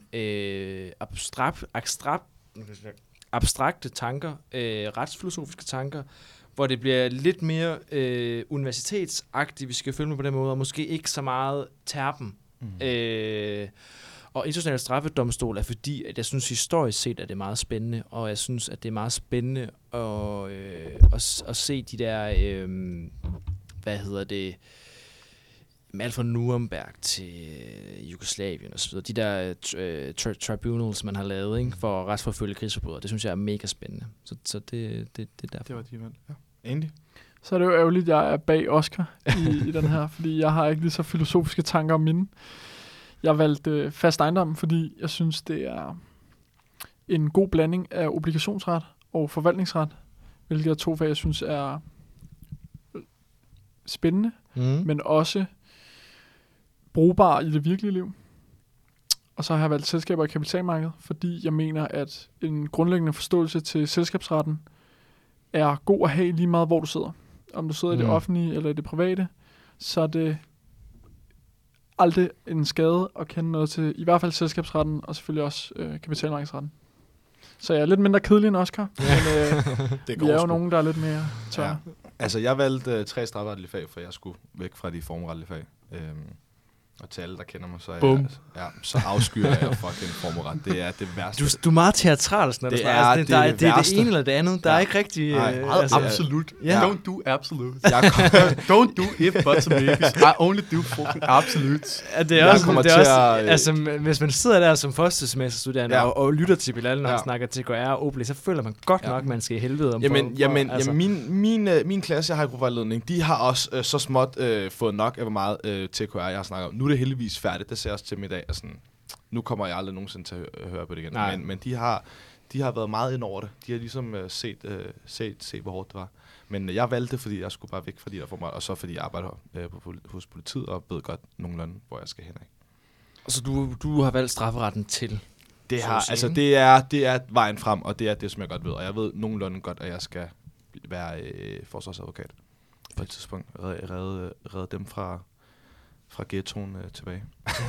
abstrakte tanker, retsfilosofiske tanker, hvor det bliver lidt mere universitetsagtigt, vi skal følge med på den måde, og måske ikke så meget terpen. Mm. Og international straffedomstol er fordi, at jeg synes historisk set, at det er meget spændende, og jeg synes, at det er meget spændende at se de der, alt fra Nuremberg til Jugoslavien og så videre, de der tribunals, man har lavet, ikke, for at retsforfølge krigsforbrydere, det synes jeg er mega spændende. Så det er derfor. Det var de valg. Ja. Andy? Så er det jo ærgerligt, at jeg er bag Oscar i den her, fordi jeg har ikke lige så filosofiske tanker om mine. Jeg valgte fast ejendom, fordi jeg synes, det er en god blanding af obligationsret og forvaltningsret, hvilket er 2 fag, jeg synes er spændende, men også brugbar i det virkelige liv. Og så har jeg valgt selskaber i kapitalmarkedet, fordi jeg mener, at en grundlæggende forståelse til selskabsretten er god at have lige meget, hvor du sidder. Om du sidder i det offentlige eller i det private, så er det aldrig en skade at kende noget til, i hvert fald selskabsretten, og selvfølgelig også kapitalmarkedsretten. Så jeg er lidt mindre kedelig end Oscar, men vi er jo nogen, der er lidt mere tørre. Ja. Altså, jeg valgte 3 strafferetlige fag, for jeg skulle væk fra de formretlige fag. Og til alle, der kender mig, så er så afskyer jeg fucking formret. Det er det værste. Du er meget teatralsk, når du snakker. Det er det ene eller det andet. Der er ikke rigtig... absolut. Don't do absolute. Don't do if, buts and maybes. I only do fucking absolute. Det er også hvis man sidder der som førstesemesterstuderende og lytter til Bilal, når han snakker til TKR og OBLE, så føler man godt nok, man skal i helvede om. Min klasse, jeg har i gruppevejledning, de har også så småt fået nok af, hvor meget TKR jeg har snakket om. Nu er det heldigvis færdigt, det ser jeg også til mig i dag. Altså, nu kommer jeg aldrig nogensinde til at høre på det igen. Men de har været meget ind over det. De har ligesom set, hvor hårdt det var. Men jeg valgte det, fordi jeg skulle bare væk fra de der format, og så fordi jeg arbejder hos politiet, og ved godt nogenlunde, hvor jeg skal hen af. Så du har valgt strafferetten til? Det er vejen frem, og det er det, som jeg godt ved. Og jeg ved nogenlunde godt, at jeg skal være forsvarsadvokat på et tidspunkt. Redde dem fra ghettoen tilbage.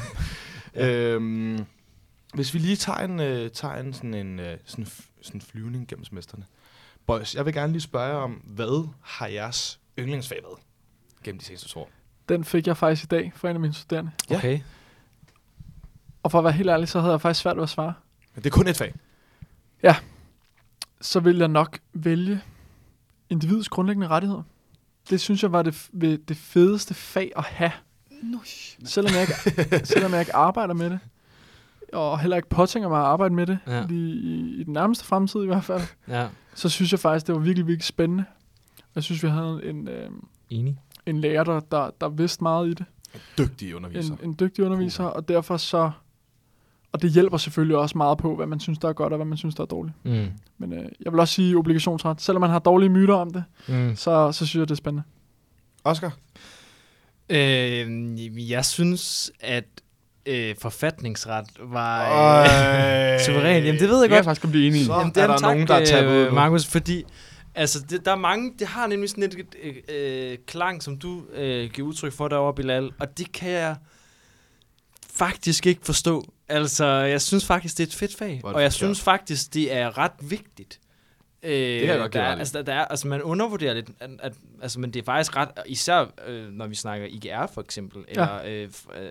Hvis vi lige tager en sådan flyvning gennem semesterne. Boys, jeg vil gerne lige spørge jer om, hvad har jeres yndlingsfag været gennem de seneste 2 år? Den fik jeg faktisk i dag fra en af mine studerende. Ja. Okay. Og for at være helt ærlig, så havde jeg faktisk svært ved at svare. Men det er kun et fag? Ja. Så vil jeg nok vælge individets grundlæggende rettigheder. Det synes jeg var det fedeste fag at have. Selvom jeg ikke arbejder med det, og heller ikke påtænker mig at arbejde med det, i den nærmeste fremtid i hvert fald, så synes jeg faktisk, det var virkelig, virkelig spændende. Jeg synes, vi havde en lærer, der vidste meget i det. En dygtig underviser. En dygtig underviser, og derfor så... Og det hjælper selvfølgelig også meget på, hvad man synes, der er godt, og hvad man synes, der er dårligt. Men jeg vil også sige obligationsret. Selvom man har dårlige myter om det, så synes jeg, det er spændende. Oscar? Jeg synes, at forfatningsret var suveræn. Jamen, det ved jeg godt. Jeg faktisk kan blive enig i. Så er der nogen, der er taget ud, Markus, fordi altså, der er mange, det har nemlig sådan et klang, som du giver udtryk for derovre, Bilal, og det kan jeg faktisk ikke forstå. Altså, jeg synes faktisk, det er et fedt fag, og jeg synes faktisk, det er ret vigtigt. Det kan jeg godt give altså, man undervurderer lidt, men det er faktisk ret, især når vi snakker IGR for eksempel, eller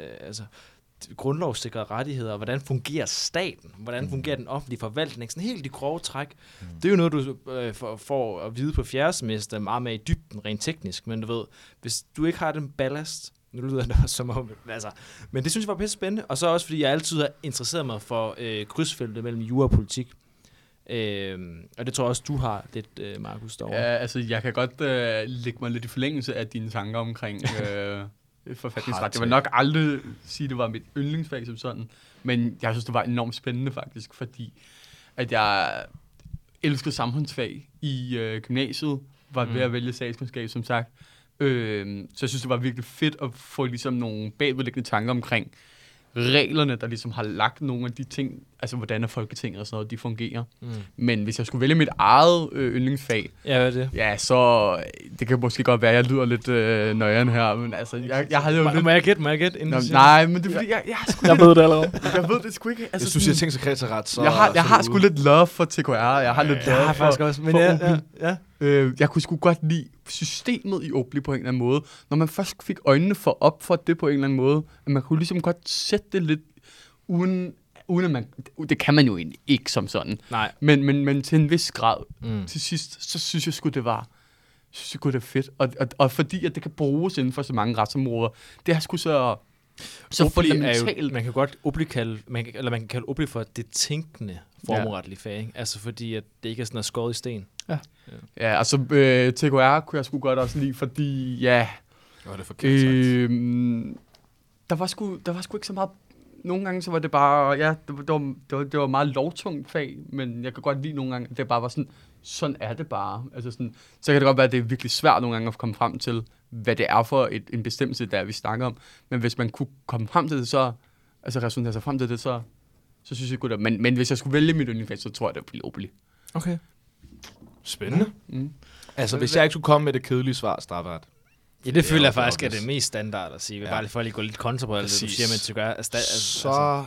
grundlovssikrede rettigheder, hvordan fungerer staten, hvordan fungerer den offentlige forvaltning, sådan helt i grove træk. Det er jo noget, du får at vide på 4. semester, meget mere i dybden, rent teknisk, men du ved, hvis du ikke har den ballast, nu lyder det også som om, altså, men det synes jeg var pisse spændende, og så også fordi jeg altid har interesseret mig for krydsfeltet mellem jura og politik. Og det tror jeg også, du har lidt, Markus, derovre. Ja, altså, jeg kan godt lægge mig lidt i forlængelse af dine tanker omkring forfatningsret. Jeg vil nok aldrig sige, at det var mit yndlingsfag som sådan, men jeg synes, det var enormt spændende faktisk, fordi at jeg elskede samfundsfag i gymnasiet, var ved at vælge statskundskab, som sagt. Så jeg synes, det var virkelig fedt at få ligesom nogle bagvedliggende tanker omkring reglerne, der ligesom har lagt nogle af de ting, altså hvordan er Folketinget og sådan noget, de fungerer. Men hvis jeg skulle vælge mit eget yndlingsfag, ja, så det kan måske godt være, at jeg lyder lidt nøjeren her, men altså, jeg havde jo lidt... Må jeg gætte? Nej, men det er fordi, jeg ved det allerede. Jeg ved det sgu ikke. Altså, hvis du siger ting så kredseret, så... Jeg har sgu lidt love for TKR, jeg har lidt love faktisk også, men jeg kunne sgu godt lide systemet i OBLE på en eller anden måde. Når man først fik øjnene op for det på en eller anden måde, at man kunne ligesom godt sætte det lidt uden at man... Det kan man jo egentlig ikke som sådan. Nej. Men til en vis grad. Til sidst, så synes jeg sgu, det var... det er fedt. Og fordi at det kan bruges inden for så mange retsområder, det er sgu så fundamentalt. Man kan godt man kan kalde OBLE for det tænkende formueretlige fag, ikke? Altså fordi at det ikke er sådan skåret i sten. Ja, altså TKR kunne jeg sgu godt også lide, fordi var det forkert sagt? der var sgu ikke så meget nogle gange så var det bare, ja, det var meget lovtungt fag, men jeg kan godt lide nogle gange, at det bare var sådan er det bare. Altså sådan, så kan det godt være, at det er virkelig svært nogle gange at komme frem til, hvad det er for en bestemmelse, der vi snakker om. Men hvis man kunne komme frem til det, så, altså resonere sig frem til det, så synes jeg godt, men hvis jeg skulle vælge mit yndlingsfag, så tror jeg, det ville blive. Okay. Spændende. Altså, hvis jeg ikke skulle komme med det kedelige svar, strafferet. Ja, det føler jeg faktisk er det mest standard at sige. Bare lige for at gå lidt kontra på det, du siger, men du gør. Så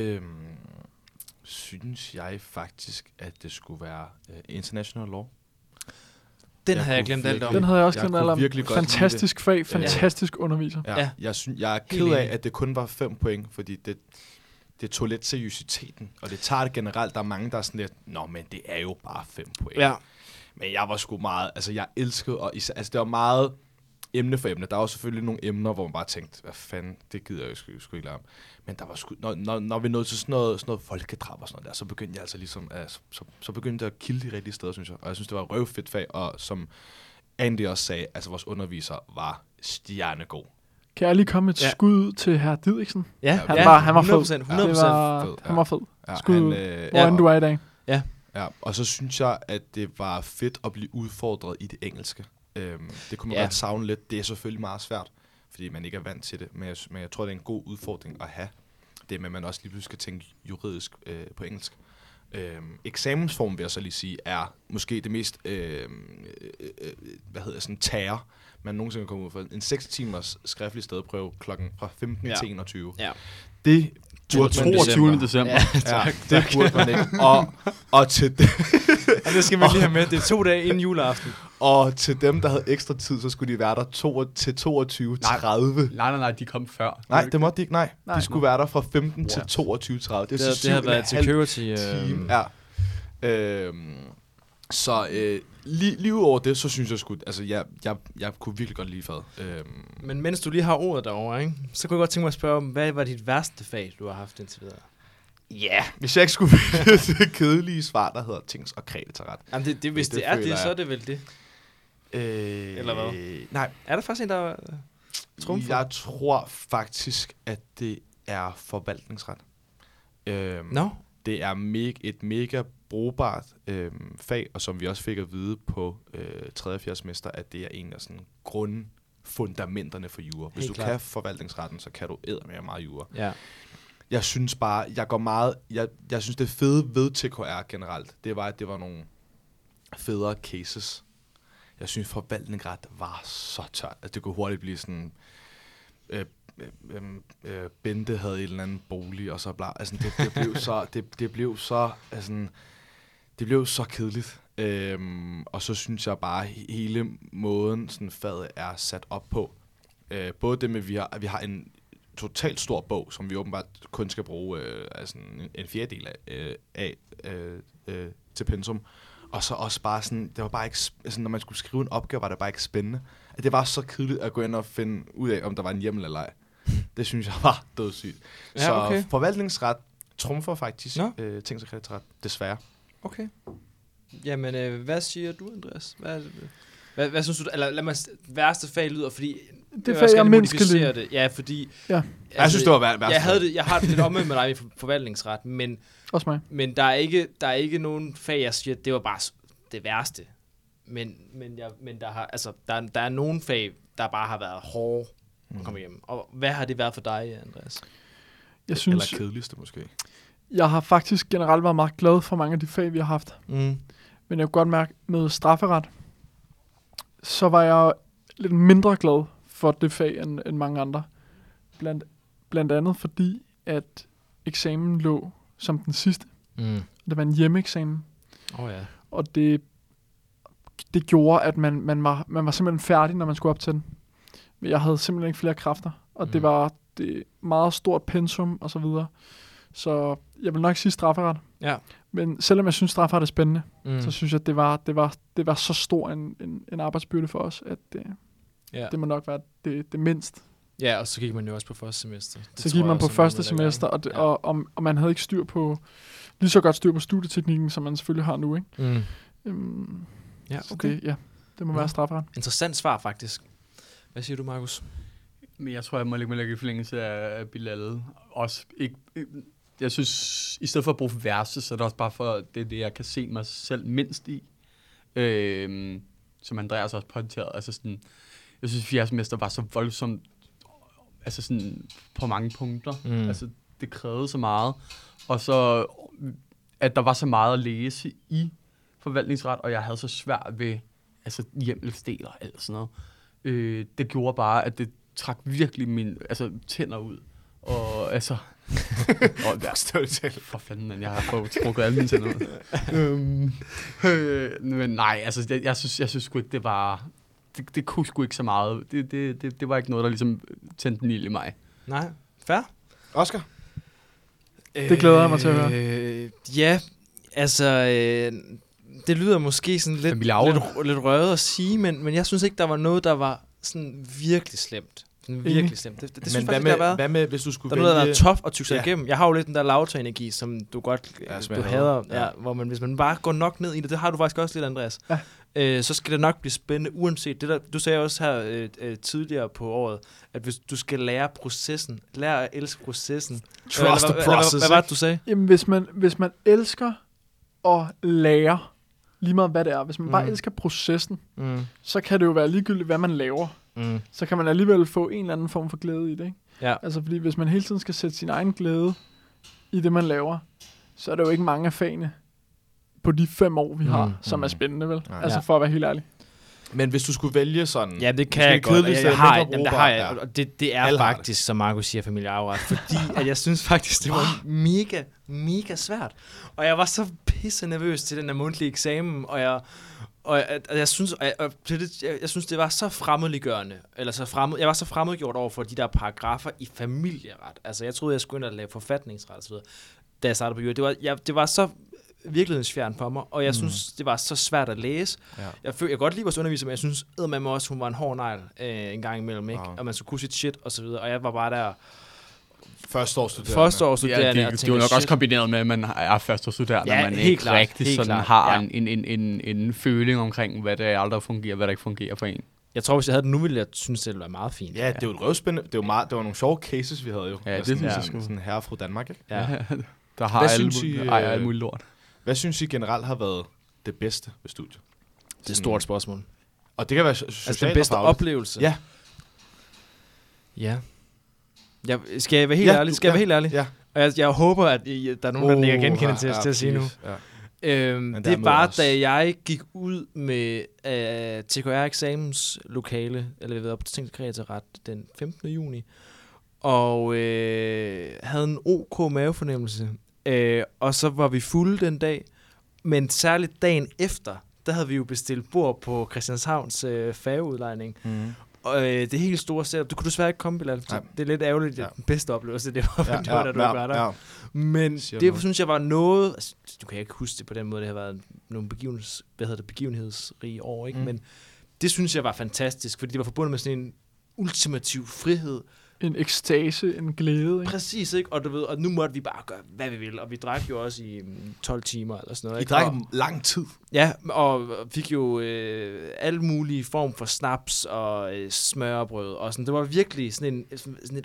synes jeg faktisk, at det skulle være international law. Den havde jeg glemt alt om. Den havde jeg også glemt alt om. Fantastisk fag, fantastisk underviser. Ja. Jeg er ked af, at det kun var 5 point, fordi det tog lidt seriøsiteten, og det tager det generelt. Der er mange, der er sådan lidt, nå, men det er jo bare 5 point. Ja. Men jeg var sgu meget, altså jeg elskede, og altså det var meget emne for emne. Der var selvfølgelig nogle emner, hvor man bare tænkte, hvad fanden, det gider jeg sgu ikke lade om. Men der var sgu, når vi nåede til sådan noget folkedrab og sådan noget der, så begyndte jeg altså ligesom, så begyndte jeg at kilde de rigtige steder, synes jeg. Og jeg synes, det var et røvfedt fag, og som Andy også sagde, altså vores underviser var stjernegod. Kan jeg lige komme med et skud til hr. Didriksen? Ja, han var fed. 100%. Han var fed. Ja, skud, hvor du er i dag. Ja, og så synes jeg, at det var fedt at blive udfordret i det engelske. Det kunne man godt savne lidt. Det er selvfølgelig meget svært, fordi man ikke er vant til det. Men jeg tror, det er en god udfordring at have. Det med, at man også lige pludselig skal tænke juridisk på engelsk. Eksamensform, vil jeg så lige sige, er måske det mest terror, man nogensinde kan komme ud for. En 6 timers skriftlig stedprøve klokken fra 15 til 21. Ja. Det 22. december. Ja, det burde man ikke. Og til det... og det skal man lige have med. Det er 2 dage inden juleaften. Og til dem, der havde ekstra tid, så skulle de være der til 22.30. Nej, de kom før. Nej, det måtte de ikke, nej. De skulle være der fra 15 til 22.30. Det havde været security. Ja. Så lige ud over det, så synes jeg sgu, altså jeg kunne virkelig godt lide faget. Men mens du lige har ordet derovre, ikke, så kunne jeg godt tænke mig at spørge om, hvad var dit værste fag, du har haft indtil videre? Ja, hvis jeg ikke skulle vælge det kedelige svar, der hedder tings- og kreditaret. Jamen hvis det er det, så er det vel det. Eller hvad? Nej. Er der faktisk en, der trumfer? Jeg tror faktisk, at det er forvaltningsret. Det er et mega brugbart fag, og som vi også fik at vide på 3. og 4. semester, at det er en af sådan grundfundamenterne for jura. Hvis du kan forvaltningsretten, så kan du eddermame meget jura. Ja. Jeg synes bare, jeg synes det fede ved TKR generelt, det var, at det var nogle federe cases. Jeg synes forvaltningsret var så tørt, at det kunne hurtigt blive sådan... Bente havde en eller anden bolig og så bla. Altså det blev så kedeligt. Og så synes jeg bare hele måden sådan faget er sat op på. Både det med vi har en totalt stor bog, som vi åbenbart kun skal bruge en fjerdedel af til pensum. Og så også bare sådan, det var bare ikke, altså når man skulle skrive en opgave, var det bare ikke spændende. Det var så kedeligt at gå ind og finde ud af, om der var en hjemmel eller ej. Det synes jeg var dødssygt. Ja, så forvaltningsret trumfer faktisk tings- og kreditaret, desværre. Okay. Jamen, hvad siger du, Andreas? Hvad synes du, eller lad mig værste fag lyder, fordi... Det fag, jeg modificere det. Ja, fordi... Ja. Altså, jeg synes, det var værste. Jeg har det lidt omvendt med dig i forvaltningsret, men... Også mig. Men der er ikke nogen fag, jeg siger, det var bare det værste. Men der er nogen fag, der bare har været hårde at komme hjem. Og hvad har det været for dig, Andreas? Jeg synes, eller kedeligste måske? Jeg har faktisk generelt været meget glad for mange af de fag, vi har haft. Men jeg kunne godt mærke, med strafferet, så var jeg lidt mindre glad for det fag end mange andre. Blandt andet fordi, at eksamen lå som den sidste. Det var en hjemmeeksamen. Og det gjorde, at man var simpelthen færdig, når man skulle op til den. Men jeg havde simpelthen ikke flere kræfter. Og det var det meget stort pensum og så videre. Så jeg vil nok sige strafferet. Ja. Men selvom jeg synes, strafferet er spændende, så synes jeg, at det var så stor en arbejdsbyrde for os, at det må nok være det mindst. Ja, og så gik man jo også på første semester. Så gik man på første semester, og man havde ikke lige så godt styr på studieteknikken, som man selvfølgelig har nu, ikke? Ja, okay. Det må være strafferet. Interessant svar, faktisk. Hvad siger du, Markus? Men jeg tror, jeg må lægge i forlængelse af Bilal. Også ikke, jeg synes, i stedet for at bruge verse, så er det også bare for det, jeg kan se mig selv mindst i. Som Andreas også pointerede. Altså sådan, jeg synes, Fjerdsemester var så voldsomt, altså sådan på mange punkter. Altså, det krævede så meget. Og så, at der var så meget at læse i forvaltningsret, og jeg havde så svært ved altså hjemmelsdel og alt sådan noget. Det gjorde bare, at det trak virkelig mine tænder ud. Og altså... for fanden, men jeg har fået trukket alle mine tænder ud. Men nej, altså jeg synes sgu ikke, det var... Det kunne sgu ikke så meget. Det var ikke noget, der ligesom tændte en ild i mig. Nej, fair. Oscar? Det glæder jeg mig til at høre. Ja, altså... det lyder måske sådan lidt røvet at sige, men jeg synes ikke, der var noget, der var sådan virkelig slemt. Virkelig slemt. Det synes men faktisk, hvad med, hvis du skulle der er noget, der er tough at tykke sig igennem. Jeg har jo lidt den der lavtøj-energi, som du godt du hader. Ja, hvor hvis man bare går nok ned i det har du faktisk også lidt, Andreas. Ja. Så skal det nok blive spændende, uanset det der. Du sagde også her tidligere på året, at hvis du skal lære processen, lære at elske processen. Trust the process. Hvad var det, du sagde? Jamen, hvis man elsker at lære, lige meget hvad det er, hvis man bare elsker processen, så kan det jo være ligegyldigt, hvad man laver. Så kan man alligevel få en eller anden form for glæde i det, ikke? Ja. Altså, fordi hvis man hele tiden skal sætte sin egen glæde i det, man laver, så er der jo ikke mange af fagene på de 5 år, vi har, som er spændende, vel? Ja. Altså, for at være helt ærlig. Men hvis du skulle vælge sådan... Ja, det kan jeg godt. Det har jeg. Og det er faktisk, som Markus siger, familiearveret. Fordi at jeg synes faktisk, det var mega svært. Og jeg var så pisse nervøs til den der mundtlige eksamen, og jeg synes, det var så fremmedliggørende, jeg var så fremmedgjort over for de der paragrafer i familieret. Altså, jeg troede, jeg skulle ind og lave forfatningsret og så videre, da jeg startede på jura. Det var så virkelighedsfjern for mig, og jeg synes, det var så svært at læse. Ja. Jeg kan godt lide vores underviser, men jeg synes, eddermame også, hun var en hård negl en gang imellem, ikke? Og man skulle kunne sit shit og så videre, og jeg var bare der... Førsteårsstuderende. Ja, det er jo nok også kombineret med, at man er førsteårsstuderende, og man ikke rigtig sådan har en føling omkring, hvad der aldrig fungerer, hvad der ikke fungerer for en. Jeg tror, hvis jeg havde det nu, ville jeg synes, det ville være meget fint. Ja, det er jo et røvspændende. Det var nogle sjove cases, vi havde jo. Ja, det synes jeg sgu. Sådan herre fra Danmark, ikke? Ja. Der har alle mulige lort. Hvad synes I generelt har været det bedste ved studiet? Det er et stort spørgsmål. Og det kan være socialt altså den bedste oplevelse? Ja. Ja. Skal jeg være helt ærlig? Skal jeg være helt ærlig? Ja. Og jeg håber, at der er nogen, der nikker genkendende til at sige nu. Ja. Det var, da jeg gik ud med TKR-eksamenslokale, eller jeg ved op til Tænkt Kreativret, den 15. juni, og havde en OK mavefornemmelse. Og så var vi fulde den dag, men særligt dagen efter, der havde vi jo bestilt bord på Christianshavns færgeudlejning. Og det helt store setup, du kunne desværre ikke komme, Bilal. Det er lidt ærgerligt, det er den bedste oplevelse, det var, da du var der. Ja. Men det synes jeg var noget, altså, du kan ikke huske det på den måde, det har været nogle begivenhedsrige år, ikke? Men det synes jeg var fantastisk, fordi det var forbundet med sådan en ultimativ frihed. En ekstase, en glæde, ikke? Præcis, ikke? Og du ved, og nu måtte vi bare gøre, hvad vi ville. Og vi drak jo også i 12 timer eller sådan noget. I drak lang tid. Ja, og fik jo alle mulige form for snaps og smørbrød og sådan. Det var virkelig sådan et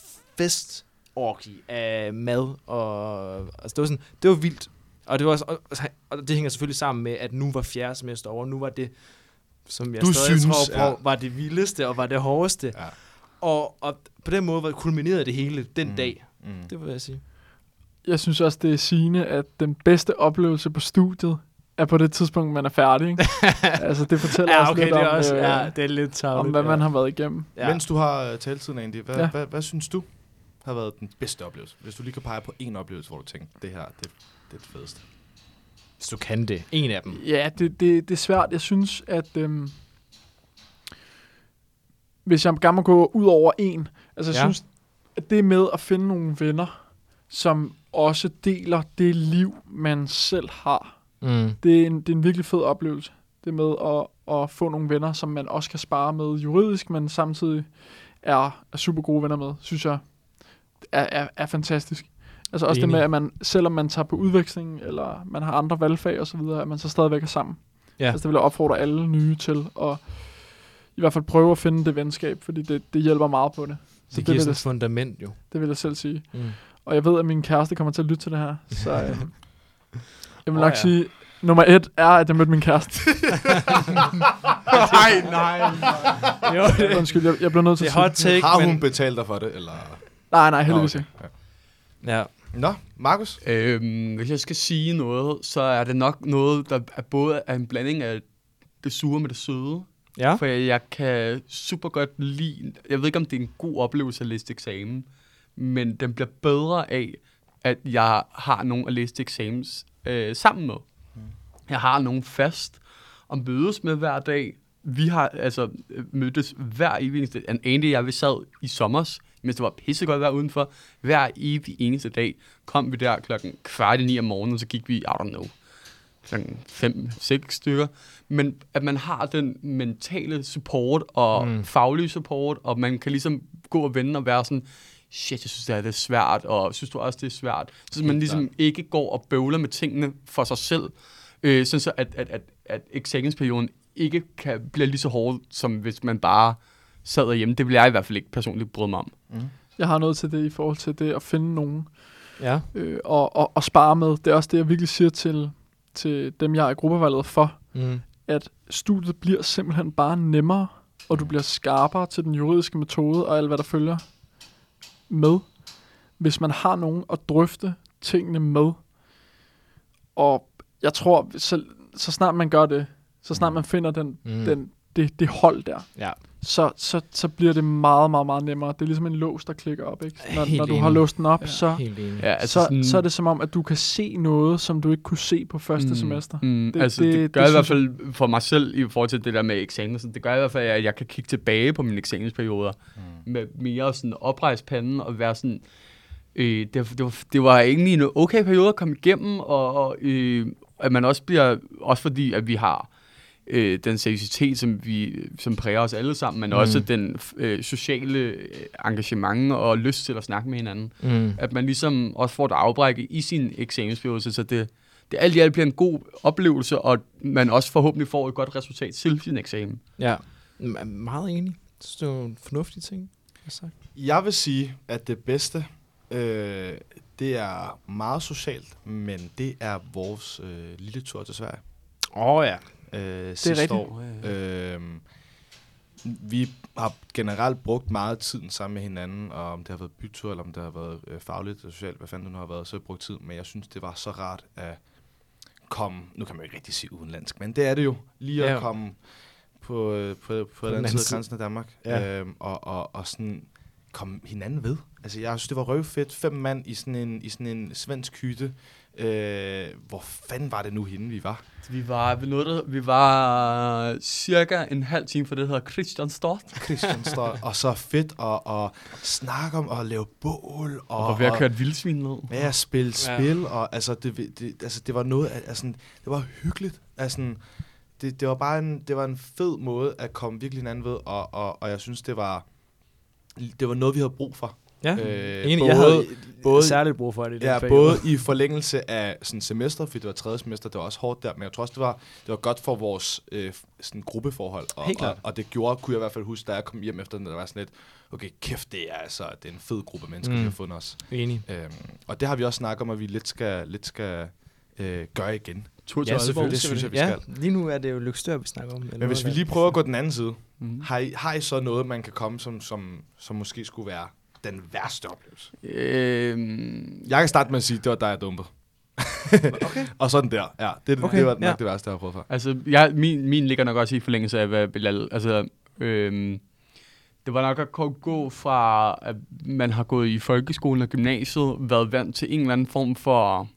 festorgie af mad. Og altså, det var vildt. Og det var også, og det hænger selvfølgelig sammen med, at nu var 4. semester over. Nu var det, som jeg stadig tror på, var det vildeste og var det hårdeste. Ja. Og på den måde var det kulmineret det hele den dag. Det vil jeg sige. Jeg synes også, det er sigende, at den bedste oplevelse på studiet er på det tidspunkt, man er færdig. Ikke? Altså, det fortæller også lidt om, det er lidt om, hvad man har været igennem. Ja. Mens du har taletiden, Andy, hvad synes du har været den bedste oplevelse? Hvis du lige kan pege på en oplevelse, hvor du tænker, det her, det er det fedeste. Hvis du kan det. En af dem. Ja, det er svært. Jeg synes, at... hvis jeg gerne må gå ud over en, altså jeg synes, at det med at finde nogle venner, som også deler det liv, man selv har, det er en virkelig fed oplevelse. Det med at få nogle venner, som man også kan spare med juridisk, men samtidig er super gode venner med, synes jeg er fantastisk. Altså også det med, at man, selvom man tager på udveksling, eller man har andre valgfag og så videre, at man så stadigvæk er sammen. Ja. Altså det vil jeg opfordre alle nye til at i hvert fald prøve at finde det venskab, fordi det hjælper meget på det. Så Det giver vil sådan jeg- et fundament jo. Det vil jeg selv sige. Mm. Og jeg ved, at min kæreste kommer til at lytte til det her. Så jeg vil nok ja. sige, nummer 1 er, at jeg mødte min kæreste. nej. Jo, Undskyld, jeg blev nødt til det er at hot sige. take, Har hun men... betalt dig for det, eller? Nej, heldigvis ikke. Ja. Nå, Markus? Hvis jeg skal sige noget, så er det nok noget, der er både er en blanding af det sure med det søde. Ja. For jeg kan super godt lide... Jeg ved ikke, om det er en god oplevelse at læse til eksamen, men den bliver bedre af, at jeg har nogen at læse til eksamens sammen med. Jeg har nogen fast og mødes med hver dag. Vi har altså mødtes hver evig eneste... Andy og jeg, vi sad i sommers, mens det var pissegodt vejr udenfor. Hver evig eneste dag kom vi der 8:45 om morgenen, og så gik vi, I don't know, 5-6 stykker. Men at man har den mentale support og faglige support, og man kan ligesom gå og vende og være sådan, shit, jeg synes, det er svært, og synes du også, det er svært. Så man ligesom ikke går og bøvler med tingene for sig selv, sådan så at eksamensperioden ikke blive lige så hård, som hvis man bare sad derhjemme. Det vil jeg i hvert fald ikke personligt bryde mig om. Jeg har noget til det i forhold til det at finde nogen Ja. og spare med. Det er også det, jeg virkelig siger til dem, jeg er gruppevejleder for, Mm. at studiet bliver simpelthen bare nemmere, og du bliver skarpere til den juridiske metode og alt, hvad der følger med, hvis man har nogen at drøfte tingene med. Og jeg tror, så snart man gør det, så snart man finder det hold der, Ja. så bliver det meget, meget, meget nemmere. Det er ligesom en lås, der klikker op, ikke? Helt Når du enig. har låst den op, så Helt enig. Ja, altså så er det som om, at du kan se noget, som du ikke kunne se på første semester. Det gør i hvert fald for mig selv i forhold til det der med eksamen. Det gør i hvert fald, at jeg kan kigge tilbage på mine eksamensperioder med mere sådan oprejst panden og være sådan... Det var egentlig en okay periode at komme igennem, og at man også bliver... Også fordi, at vi har den seriøsitet, som præger os alle sammen, men også den sociale engagement og lyst til at snakke med hinanden. At man ligesom også får et afbræk i sin eksamensperiode, så det alt i alt bliver en god oplevelse, og man også forhåbentlig får et godt resultat til sin eksamen. Ja. Meget enig. Det er jo en fornuftig ting, jeg har sagt. Jeg vil sige, at det bedste, det er meget socialt, men det er vores lille tur til Sverige. Ja. Sidste rigtigt. år. Vi har generelt brugt meget tiden sammen med hinanden, og om det har været bytur, eller om det har været fagligt og socialt, hvad fanden det nu har været, så har vi brugt tid. Men jeg synes, det var så rart at komme, nu kan man jo ikke rigtig sige udenlandsk, men det er det jo, lige at komme på den anden side af grænsen af Danmark, og sådan komme hinanden ved. Altså, jeg synes, det var røvfedt. 5 mand i sådan en svensk hytte. Hvor fanden var det nu henne, vi var? Vi var cirka en halv time for det hedder Kristianstad. Og så fedt at snakke om at lave bål. Og ved at køre et vildsvin ned. Med at spille spil. Og altså, det var noget, altså, det var hyggeligt. Altså, det var bare en fed måde at komme virkelig hinanden ved. Og jeg synes, det var noget, vi havde brug for. Ja, jeg havde særligt brug for det. Ja, både i forlængelse af sådan semester, fordi det var 3. semester, det var også hårdt der, men jeg tror også, det var godt for vores sådan gruppeforhold. Og det kunne jeg i hvert fald huske, da jeg kom hjem efter den, der var sådan lidt, okay, kæft, det er en fed gruppe mennesker, vi har fundet os. Enig. Og det har vi også snakket om, at vi lidt skal gøre igen. Ja, selvfølgelig. Det synes jeg, vi skal. Lige nu er det jo Løgstør, vi snakker om. Men hvis vi lige prøver at gå den anden side, har I så noget, man kan komme, som måske skulle være den værste oplevelse? Jeg kan starte med at sige, det var dig, jeg dumpede. Okay. Og sådan der. Ja, det var nok det værste, jeg har prøvet for. Altså, min ligger nok også i forlængelse af, hvad Bilal... Altså, det var nok at gå fra, at man har gået i folkeskolen og gymnasiet, været vant til en eller anden form for...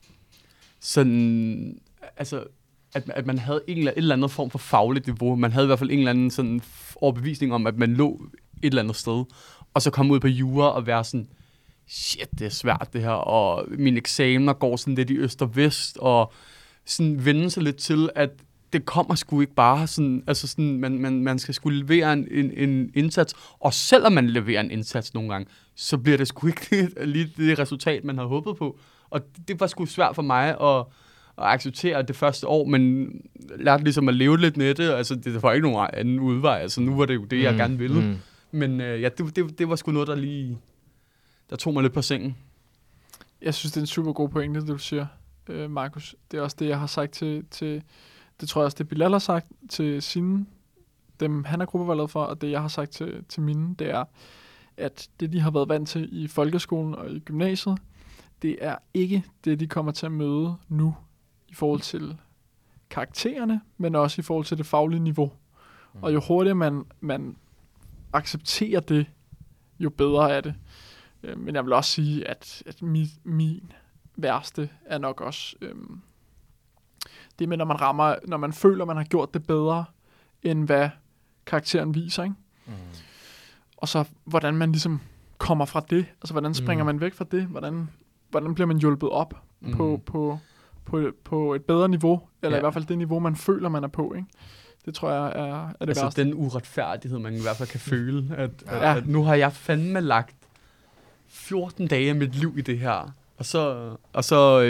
Sådan... Altså... At man havde et eller andet form for fagligt niveau. Man havde i hvert fald en eller anden sådan overbevisning om, at man lå et eller andet sted. Og så komme ud på jura og være sådan, shit, det er svært det her. Og mine eksamener går sådan lidt i øst og vest. Og sådan vende sig lidt til, at det kommer sgu ikke bare sådan, altså sådan, man skal sgu levere en indsats. Og selvom man leverer en indsats nogle gange, så bliver det sgu ikke lige det resultat, man har håbet på. Og det var sgu svært for mig acceptere det første år, men lærte ligesom at leve lidt med det. Altså, det var ikke nogen anden udvej. Altså, nu var det jo det, jeg gerne ville. Men ja, det var sgu noget, der tog mig lidt på sengen. Jeg synes, det er en super god pointe, det du siger, Markus. Det er også det, jeg har sagt til det tror jeg også, det Bilal har sagt til sine, dem han er gruppevalget for, og det jeg har sagt til mine, det er, at det de har været vant til i folkeskolen og i gymnasiet, det er ikke det, de kommer til at møde nu i forhold til karaktererne, men også i forhold til det faglige niveau. Og jo hurtigere man accepterer det, jo bedre er det. Men jeg vil også sige, at min værste er nok også det med, når man føler, man har gjort det bedre, end hvad karakteren viser, ikke? Og så hvordan man ligesom kommer fra det, altså hvordan springer man væk fra det, hvordan bliver man hjulpet op på et bedre niveau, eller i hvert fald det niveau, man føler, man er på, ikke? Det tror jeg er det værste. Altså den uretfærdighed, man i hvert fald kan føle, at nu har jeg fandme lagt 14 dage af mit liv i det her, og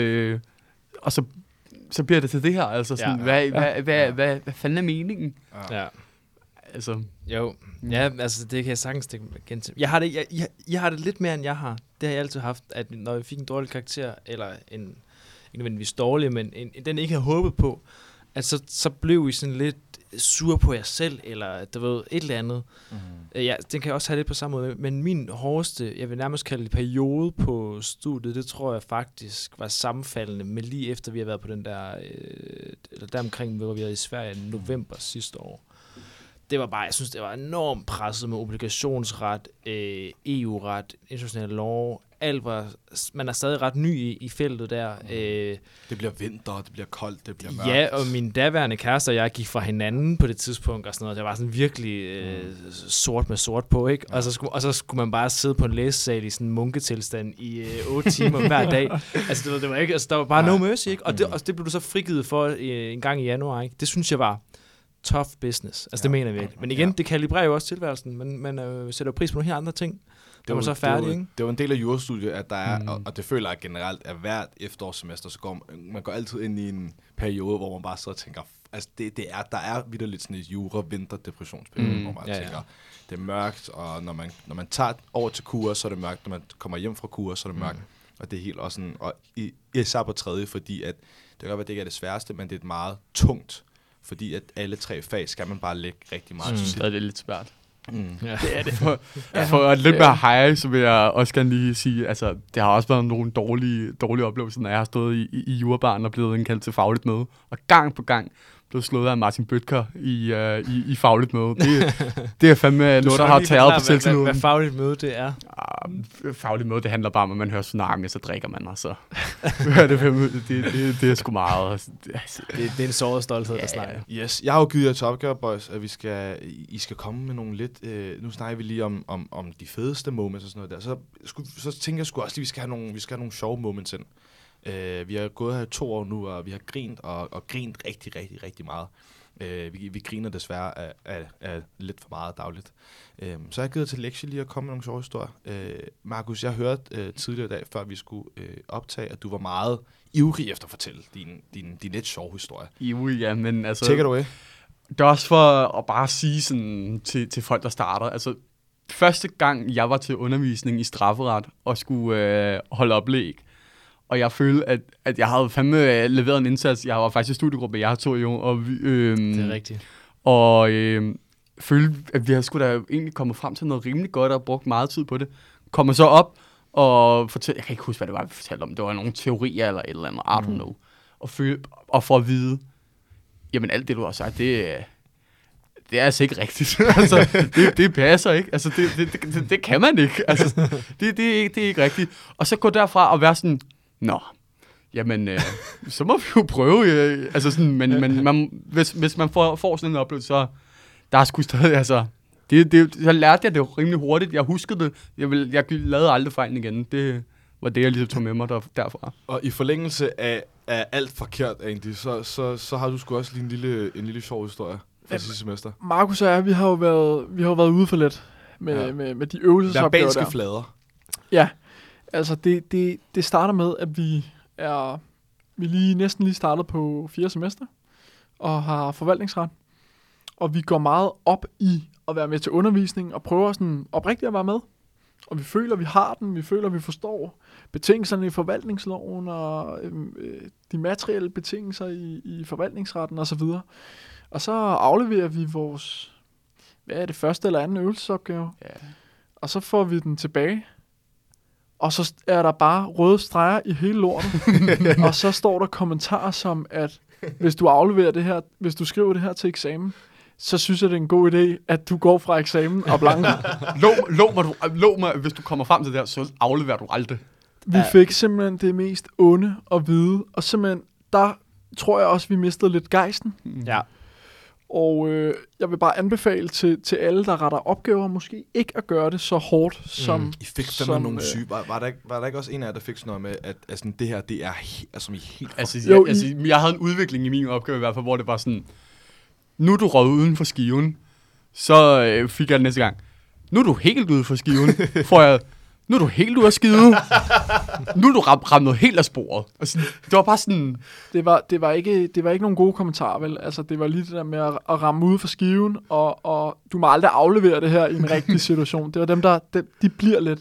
så bliver det til det her, altså sådan, hvad fanden er meningen? Ja. Altså. Jo, ja, altså det kan jeg sagtens igen til. Jeg har det lidt mere, end jeg har. Det har jeg altid haft, at når jeg fik en dårlig karakter, eller en ikke nødvendigvis dårlig, men den ikke havde håbet på, at så blev I sådan lidt sur på jer selv, eller du ved, et eller andet. Ja, den kan jeg også have lidt på samme måde, men min hårdeste, jeg vil nærmest kalde det periode på studiet, det tror jeg faktisk var sammenfaldende med lige efter vi har været på den der, eller deromkring, hvor vi var i Sverige i november sidste år. Det var bare, jeg synes, det var enormt presset med obligationsret, EU-ret, international lov, alt var, man er stadig ret ny i feltet der. Det bliver vinter, det bliver koldt, det bliver mørkt. Ja, og min daværende kæreste og jeg gik fra hinanden på det tidspunkt, og sådan noget. Det var sådan virkelig sort med sort på, ikke? Ja. Og så skulle man bare sidde på en læsesal i sådan en munketilstand i 8 timer hver dag. Altså, det var ikke, altså, der var bare no mercy, ikke? Og det blev du så frigivet for en gang i januar, ikke? Det synes jeg var tough business. Altså, det mener vi ikke. Men igen, det kalibrerer jo også tilværelsen. Man sætter pris på nogle helt andre ting. Det var så færdig, ikke? Det var en del af jurastudiet, at der er, og det føler jeg generelt, at hvert efterårssemester, så går man går altid ind i en periode, hvor man bare sidder og tænker, altså der er vitterligt sådan et jura-vinter-depressionsperiode, hvor man tænker, det er mørkt, og når man tager over til kurs, så er det mørkt, når man kommer hjem fra kurs, så er det mørkt, og det er helt også sådan, og især på tredje, fordi at, det kan godt være, det ikke er det sværeste, men det er et meget tungt, fordi at alle 3 fag skal man bare lægge rigtig meget. Så det er lidt svært. Ja. Det er det. For at lidt mere high, så vil jeg også gerne lige sige, altså, det har også været nogle dårlige oplevelser, når jeg har stået i jurabaren og blevet indkaldt til fagligt møde, og gang på gang blev slået af Martin Bødker i fagligt møde. Det er fandme noget, der har tæret på selvtilliden. Hvad fagligt møde det er? Fagligt møde, det handler bare om, at man hører tsunami, så drikker man, og så det er sgu meget. Det er en såret stolthed, der snakker. Yes, jeg har jo givet jer til opgave, boys, at I skal komme med nogle lidt, nu snakker vi lige om de fedeste moments og sådan noget der, så tænker jeg sgu også lige, vi skal have nogle sjove moments ind. Vi har gået her i 2 år nu, og vi har grint og grint rigtig, rigtig, rigtig meget. Vi griner desværre af lidt for meget dagligt. Så jeg har givet til lektie lige at komme med nogle sjove historier. Markus, jeg hørte tidligere i dag, før vi skulle optage, at du var meget ivrig efter at fortælle din lidt sjove historie. Ivrig, ja, men altså... Take it away. Det er også for at bare sige sådan til folk, der starter. Altså, første gang jeg var til undervisning i strafferet og skulle holde oplæg, og jeg følte, at jeg havde fandme leveret en indsats. Jeg var faktisk i studiegruppe, jeg har 2 jo. Og det er rigtigt. Og følte, at vi havde sgu da egentlig kommet frem til noget rimelig godt og brugt meget tid på det. Kommer så op og fortæller, jeg kan ikke huske, hvad det var, vi fortalte om. Det var nogle teorier eller et eller andet, I don't know. Og for at vide, jamen alt det, du har sagt, det er altså ikke rigtigt. Altså, det passer ikke. Altså, det kan man ikke. Altså, det er ikke rigtigt. Og så gå derfra og være sådan, nå, jamen, så må vi jo prøve. Altså sådan, men hvis man får sådan en oplevelse, så der er sgu stadig, altså, så lærte jeg det rimelig hurtigt. Jeg huskede det. Jeg lavede aldrig fejlen igen. Det var det, jeg ligesom tog med mig derfra. Og i forlængelse af alt forkert, egentlig, så har du sgu også lige en lille sjov historie fra sidste semester. Markus og jeg, vi har jo været ude for lidt med de øvelsesopgaver der. Flader. Ja, altså det starter med, at vi er vi næsten lige startet på 4. semester, og har forvaltningsret. Og vi går meget op i at være med til undervisning, og prøver sådan oprigtigt at være med. Og vi føler, vi har den, vi føler, vi forstår betingelserne i forvaltningsloven, og de materielle betingelser i forvaltningsretten osv. Og så afleverer vi vores, hvad er det, første eller anden øvelsesopgave. Ja. Og så får vi den tilbage. Og så er der bare røde streger i hele lortet. Og så står der kommentarer som, at hvis du afleverer det her, hvis du skriver det her til eksamen, så synes jeg, det er en god idé, at du går fra eksamen og blanker. Lov mig, hvis du kommer frem til det her, så afleverer du aldrig. Vi fik simpelthen det mest onde at vide, og simpelthen, der tror jeg også, vi mistede lidt gejsten. Ja. Og jeg vil bare anbefale til alle, der retter opgaver, måske ikke at gøre det så hårdt, som... I fik fandme nogle syge. Var der ikke også en af jer, der fik sådan noget med, at altså, det her, det er altså, I helt... Jeg havde en udvikling i min opgave i hvert fald, hvor det var sådan, nu er du røget uden for skiven, så fik jeg det næste gang. Nu er du helt ude for skiven, får jeg... Nu er du helt ude af skide. Nu er du ramt noget helt af sporet. Altså, det var bare sådan... Det var ikke nogen gode kommentarer, vel? Altså, det var lige det der med at ramme ude for skiven, og du må aldrig aflevere det her i en rigtig situation. Det var dem, der de bliver lidt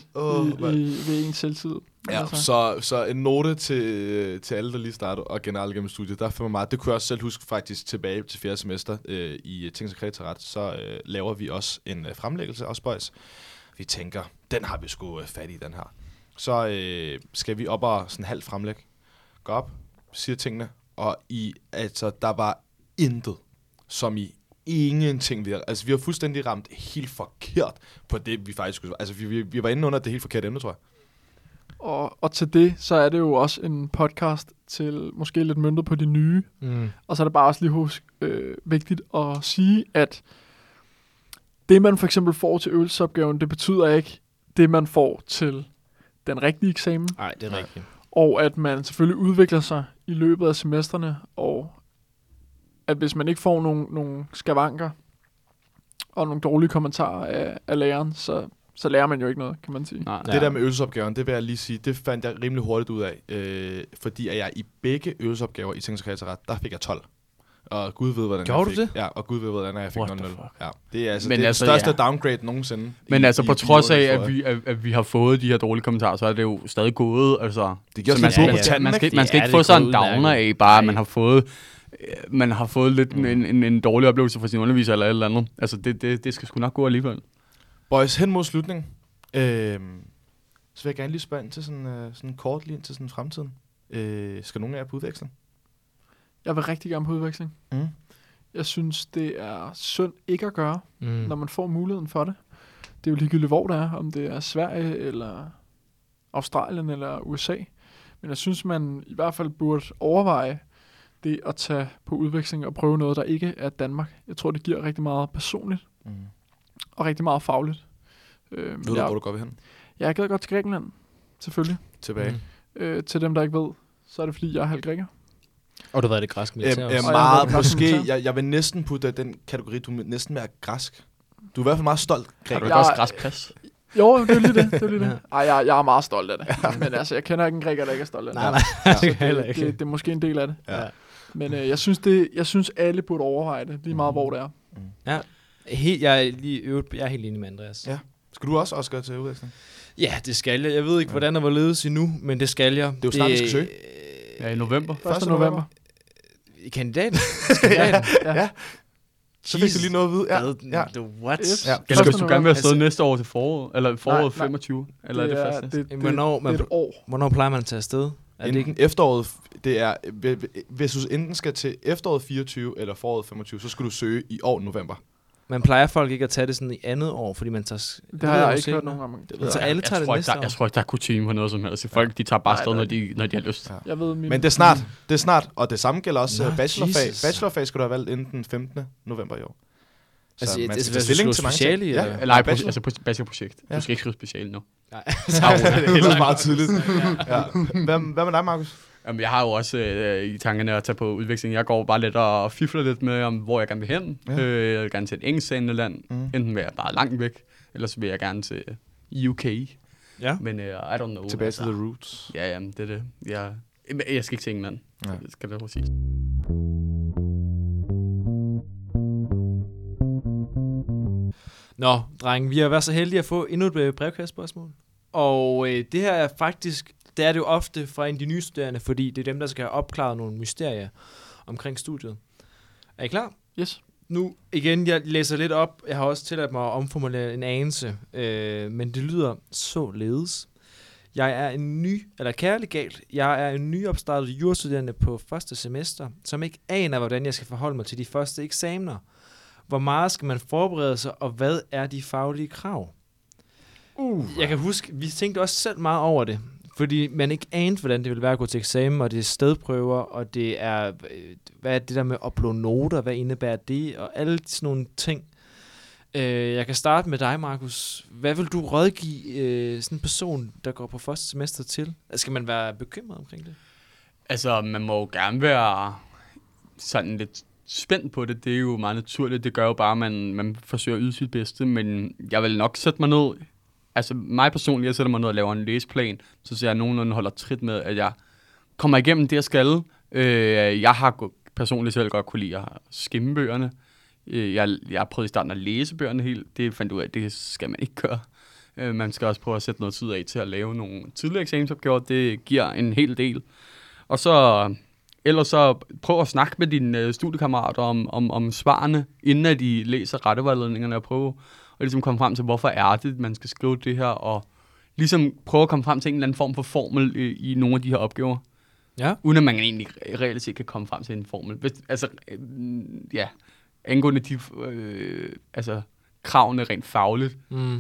ved ens selvtid. Ja, altså. Så en note til alle, der lige starter, og generelt gennem studiet, der får meget. Det kunne jeg også selv huske faktisk tilbage til 4. semester i Tings og Kreditorret, så laver vi også en fremlæggelse af Boys. Vi tænker, den har vi sgu fat i, den her. Så skal vi op og sådan halvt fremlæg. Gå op, siger tingene, og altså, der var intet, som i ingenting. Altså, vi har fuldstændig ramt helt forkert på det, vi faktisk skulle. Altså, vi var inde under det helt forkerte emne, tror jeg. Og til det, så er det jo også en podcast til måske lidt møntet på de nye. Og så er det bare også lige vigtigt at sige, at det, man for eksempel får til øvelsesopgaven, det betyder ikke det, man får til den rigtige eksamen. Nej, det er rigtigt. Og at man selvfølgelig udvikler sig i løbet af semestrene, og at hvis man ikke får nogle skavanker og nogle dårlige kommentarer af læreren, så lærer man jo ikke noget, kan man sige. Nej. Det der med øvelsesopgaven, det vil jeg lige sige, det fandt jeg rimelig hurtigt ud af, fordi at jeg i begge øvelsesopgaver i Tings og Kreditorret, der fik jeg 12. Og Gud ved, hvordan Gjorde jeg fik. du det? Ja, og Gud ved, hvordan jeg fik 0. Ja, det er altså men det altså, største downgrade nogensinde. Men altså på trods af, at vi har fået de her dårlige kommentarer, så er det jo stadig gået. Altså, det giver man skal ikke få sådan en downer af, bare man har fået lidt en dårlig oplevelse fra sin underviser eller et eller andet. Altså det skal sgu nok gå alligevel. Boys, hen mod slutningen. Så vil jeg gerne lige spørge ind til sådan en kort lige ind til sådan fremtiden. Skal nogen af jer på udveksling? Jeg vil rigtig gerne på udveksling. Jeg synes, det er synd ikke at gøre, når man får muligheden for det. Det er jo ligegyldigt, hvor det er, om det er Sverige, eller Australien, eller USA. Men jeg synes, man i hvert fald burde overveje det at tage på udveksling og prøve noget, der ikke er Danmark. Jeg tror, det giver rigtig meget personligt, og rigtig meget fagligt. Ved du, hvor du går ved hen? Ja, jeg gad godt til Grækenland, selvfølgelig. Tilbage. Til dem, der ikke ved, så er det, fordi jeg er halv græker. Og du har været det græske militær også. Meget, måske. Jeg vil næsten putte den kategori, du er næsten mere græsk. Du er i hvert fald meget stolt græker. Har du ikke også græsk pas? Jo, det er lige det. Ej, jeg er meget stolt af det. Men altså, jeg kender ikke en græker, der ikke er stolt af det. Nej. Det er måske en del af det. Ja. Men jeg synes, alle burde overveje det, lige meget hvor det er. Ja. Jeg er helt enig med Andreas. Ja. Skal du også gå til udveksling? Ja, det skal jeg. Jeg ved ikke, hvordan det var ledes endnu, men det skal jeg. Det er jo snart, vi skal søge. Ja, i november. 1. november. Kandidaten? Ja. Så fik du lige noget at vide. Ja. What? Yes. Ja. Eller hvis du gerne vil afsted næste år til foråret, eller foråret 25, eller er det fast? Det er et år. Hvornår plejer man at tage afsted? Enten efteråret, det er, hvis du enten skal til efteråret 24 eller foråret 25, så skal du søge i år november. Man plejer folk ikke at tage det sådan i andet år, fordi man tager... Det har jeg ikke hørt nogen om. Så alle tager det næste år? Jeg tror ikke, der er kutume på noget som helst. Folk, de tager bare afsted, når de har lyst. Ja. Jeg ved, men det er snart. Og det samme gælder også bachelorfag. Bachelorfag skal du have valgt inden den 15. november i år. Så altså, man skal tage stilling til speciale, mange eller? Eller altså bachelorprojekt. Du skal ikke skrive speciale nu. Nej. Det er meget tydeligt. Hvad med dig, Markus? Jamen, jeg har jo også i tankerne at tage på udveksling. Jeg går bare lidt og fifler lidt med, om hvor jeg gerne vil hen. Jeg vil gerne til et engelsktalende land. Enten vil jeg bare langt væk, eller så vil jeg gerne til UK. Ja. Men I don't know. Tilbage til the roots. Ja, jamen, det er det. Jeg skal ikke til England. Ja. Det skal det præcis. Nå, drenge, vi har været så heldige at få endnu et brevkastspørgsmål. Og det her er faktisk, det er det jo ofte fra en af de nye studerende, fordi det er dem, der skal have opklaret nogle mysterier omkring studiet. Er I klar? Yes. Nu igen, jeg læser lidt op. Jeg har også tilladt mig at omformulere en anelse, men det lyder således. Jeg er en nyopstartet jurastuderende på første semester, som ikke aner, hvordan jeg skal forholde mig til de første eksamener. Hvor meget skal man forberede sig, og hvad er de faglige krav? Jeg kan huske, vi tænkte også selv meget over det, fordi man ikke anede, hvordan det ville være at gå til eksamen, og det er stedprøver, og det er, hvad er det der med at uploade noter, hvad indebærer det, og alle sådan nogle ting. Jeg kan starte med dig, Markus. Hvad vil du rådgive sådan en person, der går på første semester til? Skal man være bekymret omkring det? Altså, man må jo gerne være sådan lidt spændt på det. Det er jo meget naturligt. Det gør jo bare, at man forsøger at yde sit bedste. Men jeg vil nok sætte mig ned. Altså, mig personligt, jeg sætter mig ned og laver en læseplan. Så jeg nogenlunde holder trit med, at jeg kommer igennem det, jeg skal. Jeg har personligt selv godt kunne lide at skimme bøgerne. Jeg har prøvet i starten at læse bøgerne helt. Det fandt ud af, at det skal man ikke gøre. Man skal også prøve at sætte noget tid af til at lave nogle tidligere eksamensopgaver. Det giver en hel del. Og så ellers så prøv at snakke med dine studiekammerater om svarene, inden at de læser rettevejledningerne, og prøve at ligesom komme frem til, hvorfor er det, man skal skrive det her, og ligesom prøve at komme frem til en eller anden form for formel i nogle af de her opgaver. Ja. Uden at man egentlig reelt set kan komme frem til en formel. Angående de kravene rent fagligt.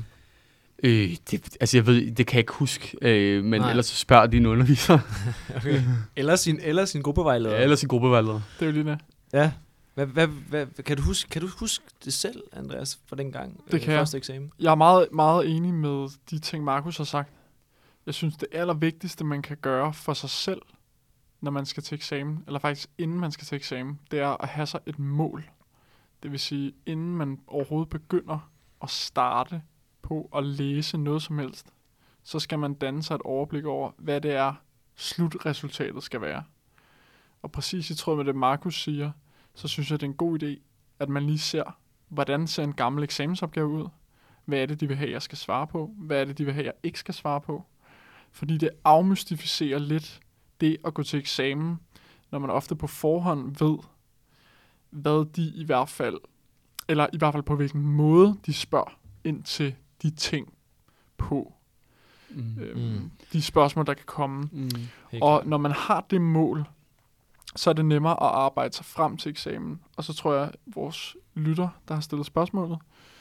Jeg ved, det kan jeg ikke huske, men Nej. ellers så spørger din underviser. Okay. Eller sin gruppevejleder. Ja, eller sin gruppevejleder. Det er jo lige det. Ja. Kan du huske det selv, Andreas, fra den gang? Det kan jeg. Første eksamen? Jeg er meget, meget enig med de ting, Markus har sagt. Jeg synes, det allervigtigste, man kan gøre for sig selv, når man skal til eksamen, eller faktisk inden man skal til eksamen, det er at have sig et mål. Det vil sige, inden man overhovedet begynder at starte på at læse noget som helst, så skal man danne sig et overblik over, hvad det er, slutresultatet skal være. Og præcis i tråd med det, Markus siger, så synes jeg, det er en god idé, at man lige ser, hvordan ser en gammel eksamensopgave ud? Hvad er det, de vil have, jeg skal svare på? Hvad er det, de vil have, jeg ikke skal svare på? Fordi det afmystificerer lidt det at gå til eksamen, når man ofte på forhånd ved, hvad de i hvert fald på hvilken måde de spørger ind til de ting på. De spørgsmål, der kan komme. Og når man har det mål, så er det nemmere at arbejde sig frem til eksamen. Og så tror jeg, vores lytter, der har stillet spørgsmålet,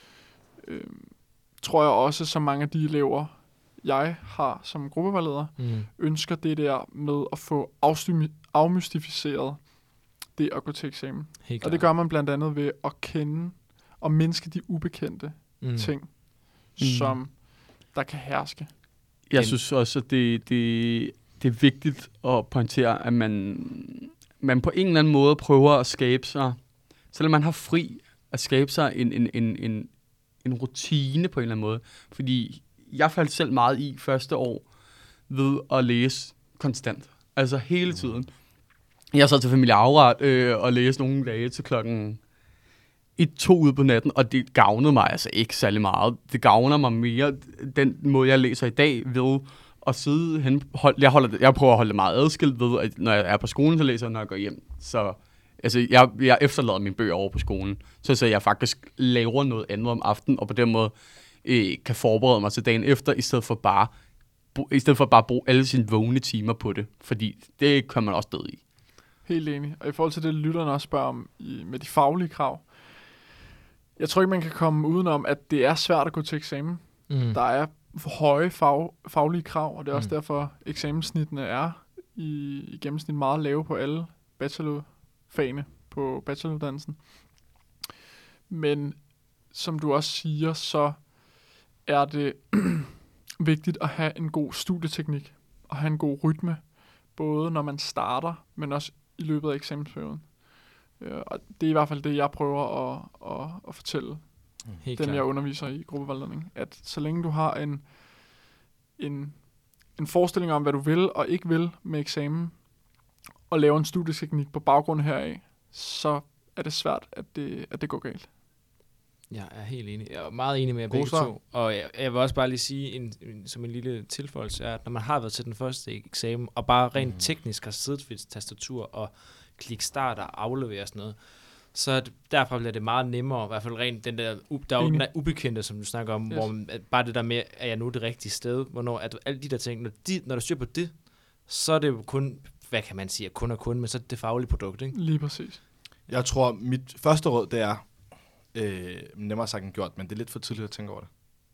tror jeg også, så mange af de elever, jeg har som gruppevejleder, ønsker det der med at få afmystificeret det at gå til eksamen. Og det gør man blandt andet ved at kende og mindske de ubekendte ting, som der kan herske. Jeg synes også, at det er vigtigt at pointere, at man på en eller anden måde prøver at skabe sig, selvom man har fri, at skabe sig en rutine på en eller anden måde. Fordi jeg faldt selv meget i første år ved at læse konstant. Altså hele tiden. Jeg sad til familieafret og læste nogle dage til klokken 1-2 ude på natten, og det gavnede mig altså ikke særlig meget. Det gavner mig mere den måde, jeg læser i dag ved at sidde hen. Jeg prøver at holde det meget adskilt ved, at når jeg er på skolen, så læser jeg, når jeg går hjem. Så altså, jeg efterlader mine bøger over på skolen, så jeg faktisk laver noget andet om aftenen, og på den måde kan forberede mig til dagen efter, i stedet for bare at bruge alle sine vågne timer på det, fordi det kan man også død i. Helt enig. Og i forhold til det, lytterne også spørger om med de faglige krav, jeg tror ikke, man kan komme udenom, at det er svært at gå til eksamen. Der er for høje faglige krav, og det er også derfor, eksamenssnittene er i gennemsnit meget lave på alle bachelorfagene på bacheloruddannelsen. Men som du også siger, så er det vigtigt at have en god studieteknik og have en god rytme, både når man starter, men også i løbet af eksamensperioden. Og det er i hvert fald det, jeg prøver at fortælle jeg underviser i gruppevejledning, at så længe du har en forestilling om, hvad du vil og ikke vil med eksamen, og laver en studieteknik på baggrund heraf, så er det svært, at det går galt. Jeg er helt enig. Jeg er meget enig med jer begge svar. to. Og jeg vil også bare lige sige, som en lille tilføjelse, er, at når man har været til den første eksamen, og bare rent teknisk har siddet ved et tastatur og klikke start og aflevere sådan noget, så derfra bliver det meget nemmere, i hvert fald rent den der, der er jo den der ubekendte, som du snakker om, hvor bare det der med, er jeg nu det rigtige sted, hvornår, at alle de der ting, når du styrer på det, så er det jo kun, hvad kan man sige, kun, men så er det faglige produkt, ikke? Lige præcis. Jeg tror, mit første råd, det er, nemmere sagt end gjort, men det er lidt for tidligt at tænke over det.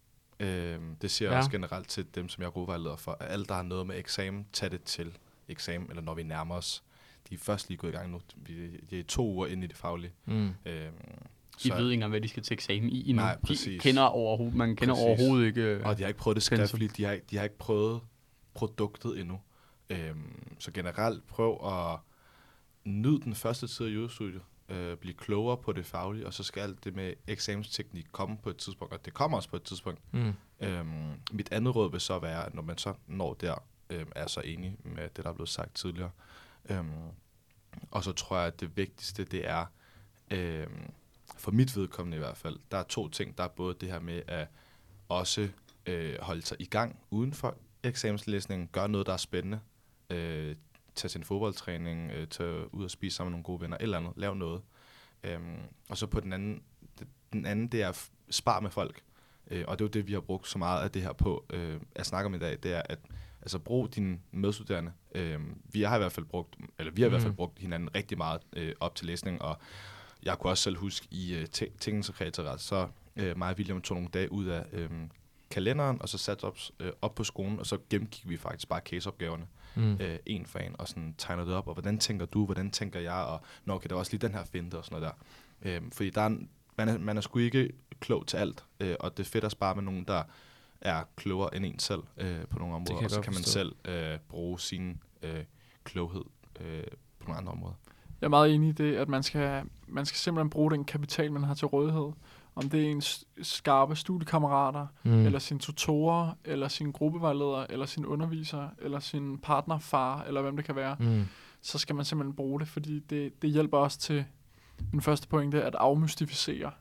Det siger jeg også generelt til dem, som jeg er rådvejleder for. At alle, der har noget med eksamen, tag det til eksamen, eller når vi nærmer os. De er først lige gået i gang nu. De er 2 uger inde i det faglige. De ved ikke engang, hvad de skal til eksamen i endnu. Nej, Man kender overhovedet ikke... Og de har ikke prøvet det skriftligt. De har ikke prøvet produktet endnu. Så generelt prøv at nyde den første tid af jurastudiet. Blive klogere på det faglige, og så skal alt det med eksamensteknik komme på et tidspunkt, og det kommer også på et tidspunkt. Mit andet råd vil så være, at når man så når der, er så enig med det, der er blevet sagt tidligere. Og så tror jeg, at det vigtigste, det er, for mit vedkommende i hvert fald, der er 2 ting. Der er både det her med at også holde sig i gang uden for eksamenslæsningen, gøre noget, der er spændende, tage sin fodboldtræning, tage ud og spise sammen med nogle gode venner, eller andet, lave noget. Og så på den anden, det er spar med folk. Og det er jo det, vi har brugt så meget af det her på at snakke om i dag, det er at altså brug dine medstuderende. Vi har i hvert fald brugt hinanden rigtig meget op til læsning, og jeg kunne også selv huske i tingens så mig og William tog nogle dage ud af kalenderen, og så satte op på skolen, og så gennemgik vi faktisk bare caseopgaverne. En for en, og sådan tegner det op, og hvordan tænker du, hvordan tænker jeg, og når kan der også lige den her finte, og sådan noget der. Fordi man er sgu ikke klog til alt, og det er fedt at spare med nogen, der er klogere end en selv på nogle områder, og så kan man selv bruge sin kloghed på nogle andre områder. Jeg er meget enig i det, at man skal simpelthen bruge den kapital, man har til rådighed. Om det er ens skarpe studiekammerater, eller sine tutorer, eller sin gruppevejleder, eller sin underviser, eller sin partnerfar, eller hvem det kan være, så skal man simpelthen bruge det, fordi det hjælper også til den første pointe, at afmystificere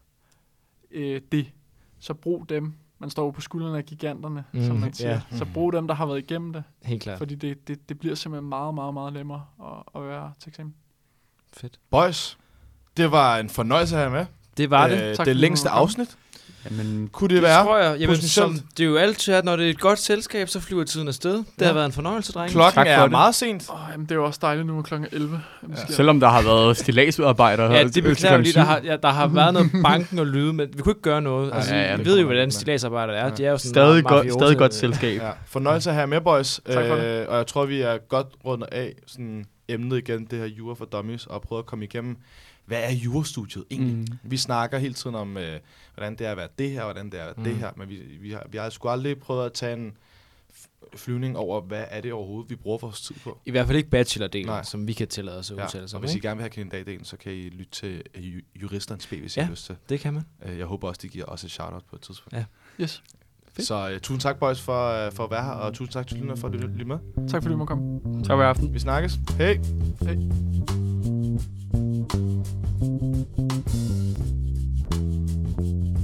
det. Så brug dem. Man står jo på skuldrene af giganterne, som man siger. Yeah. Så brug dem, der har været igennem det. Helt klart. Fordi det bliver simpelthen meget, meget, meget nemmere at være til eksamen. Fedt. Boys, det var en fornøjelse at have med. Det var det. Det længste afsnit. Jamen, kunne det være? Tror jeg. Jamen, det er jo altid, at når det er et godt selskab, så flyver tiden afsted. Det har været en fornøjelse, drenge. Klokken er meget sent. Jamen, det er jo også dejligt nu kl. 11. Selvom der har været stilladsudarbejder. Ja, det beklager lige, der har været noget banken og lyde, men vi kunne ikke gøre noget. Altså, vi ved jo, hvordan stilladsarbejder er. De er jo sådan stadig godt selskab. Ja. Fornøjelse at have med, boys. Tak for det. Og jeg tror, vi er godt rundet af sådan emnet igen, det her Jura for Dummies, og prøvet at komme igennem. Hvad er jurastudiet egentlig? Vi snakker hele tiden om, hvordan det er at være det her, hvordan det er at være det her, men vi har sgu aldrig prøvet at tage en flyvning over, hvad er det overhovedet, vi bruger vores tid på. I hvert fald ikke bachelor-delen, som vi kan tillade os at udtale sig om. Og hvis I gerne vil have kandidatdelen, så kan I lytte til Juristerens B, hvis I har lyst til. Det kan man. Jeg håber også, de giver os et shout-out på et tidspunkt. Ja. Yes. Fedt. Så tusind tak, boys, for at være her, og tusind tak til lytterne for at lytte med. Tak fordi du må komme. Tak for aften. Vi snakkes. Hej. Hej.